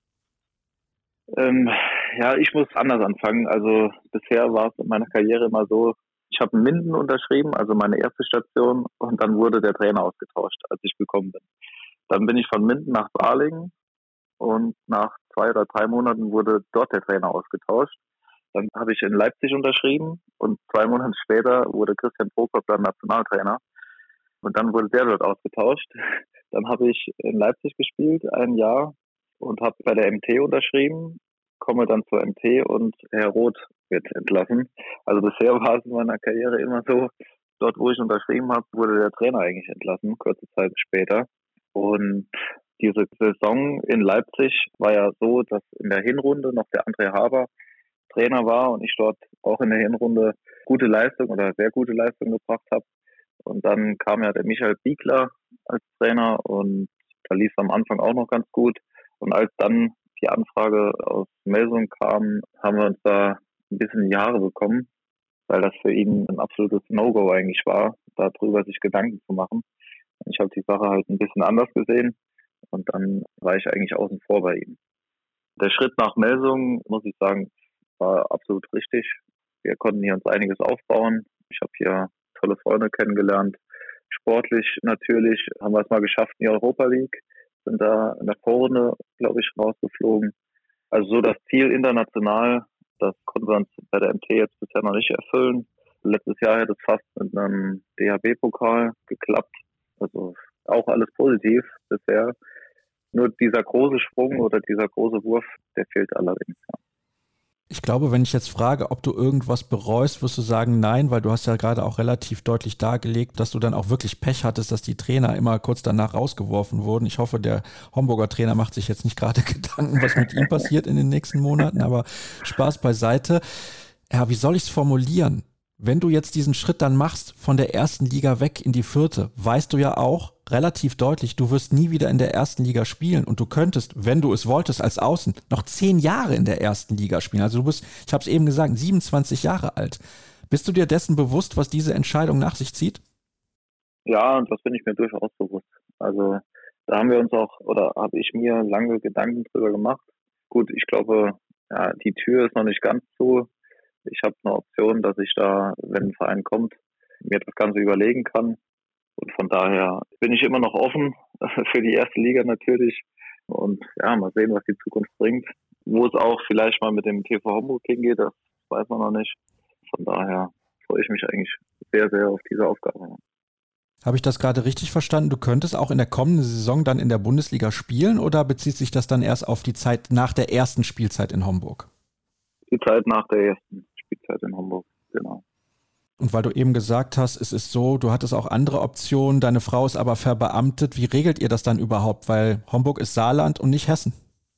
Ja, ich muss anders anfangen. Also bisher war es in meiner Karriere immer so, ich habe in Minden unterschrieben, also meine erste Station, und dann wurde der Trainer ausgetauscht, als ich gekommen bin. Dann bin ich von Minden nach Balingen und nach 2 oder 3 Monaten wurde dort der Trainer ausgetauscht. Dann habe ich in Leipzig unterschrieben und 2 Monate später wurde Christian Prokop dann Nationaltrainer. Und dann wurde der dort ausgetauscht. Dann habe ich in Leipzig gespielt, 1 Jahr, und habe bei der MT unterschrieben, komme dann zur MT und Herr Roth wird entlassen. Also bisher war es in meiner Karriere immer so, dort wo ich unterschrieben habe, wurde der Trainer eigentlich entlassen, kurze Zeit später. Und diese Saison in Leipzig war ja so, dass in der Hinrunde noch der André Haber Trainer war und ich dort auch in der Hinrunde gute Leistung oder sehr gute Leistung gebracht habe. Und dann kam ja der Michael Biegler als Trainer und da lief es am Anfang auch noch ganz gut. Und als dann die Anfrage aus Melsungen kam, haben wir uns da ein bisschen in die Haare bekommen, weil das für ihn ein absolutes No-Go eigentlich war, darüber sich Gedanken zu machen. Ich habe die Sache halt ein bisschen anders gesehen und dann war ich eigentlich außen vor bei ihm. Der Schritt nach Melsungen, muss ich sagen, war absolut richtig. Wir konnten hier uns einiges aufbauen. Ich habe hier tolle Freunde kennengelernt. Sportlich natürlich haben wir es mal geschafft in die Europa League, sind da in der Vorrunde, glaube ich, rausgeflogen. Also so das Ziel international, das konnten wir uns bei der MT jetzt bisher noch nicht erfüllen. Letztes Jahr hätte es fast mit einem DHB-Pokal geklappt. Also auch alles positiv bisher. Nur dieser große Sprung oder dieser große Wurf, der fehlt allerdings. Ja. Ich glaube, wenn ich jetzt frage, ob du irgendwas bereust, wirst du sagen nein, weil du hast ja gerade auch relativ deutlich dargelegt, dass du dann auch wirklich Pech hattest, dass die Trainer immer kurz danach rausgeworfen wurden. Ich hoffe, der Homburger Trainer macht sich jetzt nicht gerade Gedanken, was mit ihm passiert in den nächsten Monaten, aber Spaß beiseite. Ja, wie soll ich es formulieren? Wenn du jetzt diesen Schritt dann machst von der ersten Liga weg in die vierte, weißt du ja auch relativ deutlich, du wirst nie wieder in der ersten Liga spielen und du könntest, wenn du es wolltest als Außen, noch 10 Jahre in der ersten Liga spielen. Also du bist, ich habe es eben gesagt, 27 Jahre alt. Bist du dir dessen bewusst, was diese Entscheidung nach sich zieht? Ja, und das bin ich mir durchaus bewusst. Also da haben wir uns auch, oder habe ich mir lange Gedanken drüber gemacht. Gut, ich glaube, ja, die Tür ist noch nicht ganz zu. Ich habe eine Option, dass ich da, wenn ein Verein kommt, mir das Ganze überlegen kann. Und von daher bin ich immer noch offen für die erste Liga natürlich. Und ja, mal sehen, was die Zukunft bringt. Wo es auch vielleicht mal mit dem TV Homburg hingeht, das weiß man noch nicht. Von daher freue ich mich eigentlich sehr, sehr auf diese Aufgabe. Habe ich das gerade richtig verstanden? Du könntest auch in der kommenden Saison dann in der Bundesliga spielen oder bezieht sich das dann erst auf die Zeit nach der ersten Spielzeit in Homburg? Die Zeit nach der ersten Spielzeit in Homburg, genau. Und weil du eben gesagt hast, es ist so, du hattest auch andere Optionen, deine Frau ist aber verbeamtet. Wie regelt ihr das dann überhaupt? Weil Homburg ist Saarland und nicht Hessen.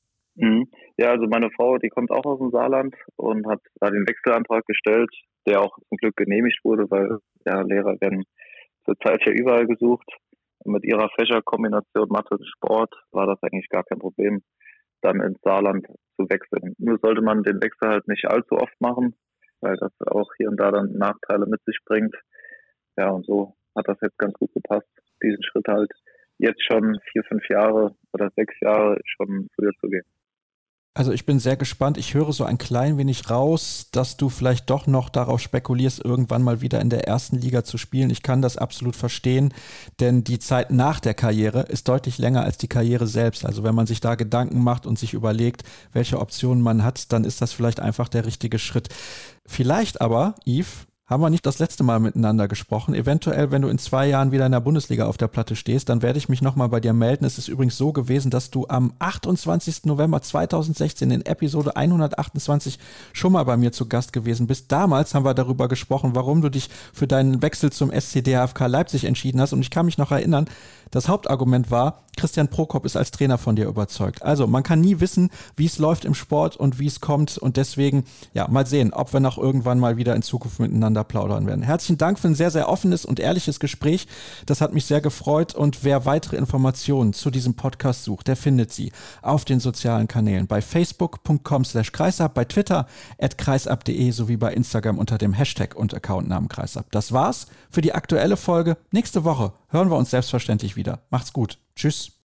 Ja, also meine Frau, die kommt auch aus dem Saarland und hat da den Wechselantrag gestellt, der auch zum Glück genehmigt wurde, weil ja, Lehrer werden zurzeit ja überall gesucht. Und mit ihrer Fächerkombination Mathe und Sport war das eigentlich gar kein Problem, dann ins Saarland zu wechseln. Nur sollte man den Wechsel halt nicht allzu oft machen, weil das auch hier und da dann Nachteile mit sich bringt. Ja, und so hat das jetzt ganz gut gepasst, diesen Schritt halt jetzt schon 4, 5 Jahre oder 6 Jahre schon früher zu gehen. Also ich bin sehr gespannt. Ich höre so ein klein wenig raus, dass du vielleicht doch noch darauf spekulierst, irgendwann mal wieder in der ersten Liga zu spielen. Ich kann das absolut verstehen, denn die Zeit nach der Karriere ist deutlich länger als die Karriere selbst. Also wenn man sich da Gedanken macht und sich überlegt, welche Optionen man hat, dann ist das vielleicht einfach der richtige Schritt. Vielleicht aber, Yves, haben wir nicht das letzte Mal miteinander gesprochen. Eventuell, wenn du in 2 Jahren wieder in der Bundesliga auf der Platte stehst, dann werde ich mich nochmal bei dir melden. Es ist übrigens so gewesen, dass du am 28. November 2016 in Episode 128 schon mal bei mir zu Gast gewesen bist. Damals haben wir darüber gesprochen, warum du dich für deinen Wechsel zum SC DHFK Leipzig entschieden hast. Und ich kann mich noch erinnern, das Hauptargument war, Christian Prokop ist als Trainer von dir überzeugt. Also man kann nie wissen, wie es läuft im Sport und wie es kommt. Und deswegen, ja, mal sehen, ob wir noch irgendwann mal wieder in Zukunft miteinander plaudern werden. Herzlichen Dank für ein sehr, sehr offenes und ehrliches Gespräch. Das hat mich sehr gefreut. Und wer weitere Informationen zu diesem Podcast sucht, der findet sie auf den sozialen Kanälen bei facebook.com/kreisab, bei Twitter @kreisab.de sowie bei Instagram unter dem Hashtag und Accountnamen Kreisab. Das war's für die aktuelle Folge. Nächste Woche hören wir uns selbstverständlich wieder. Macht's gut. Tschüss.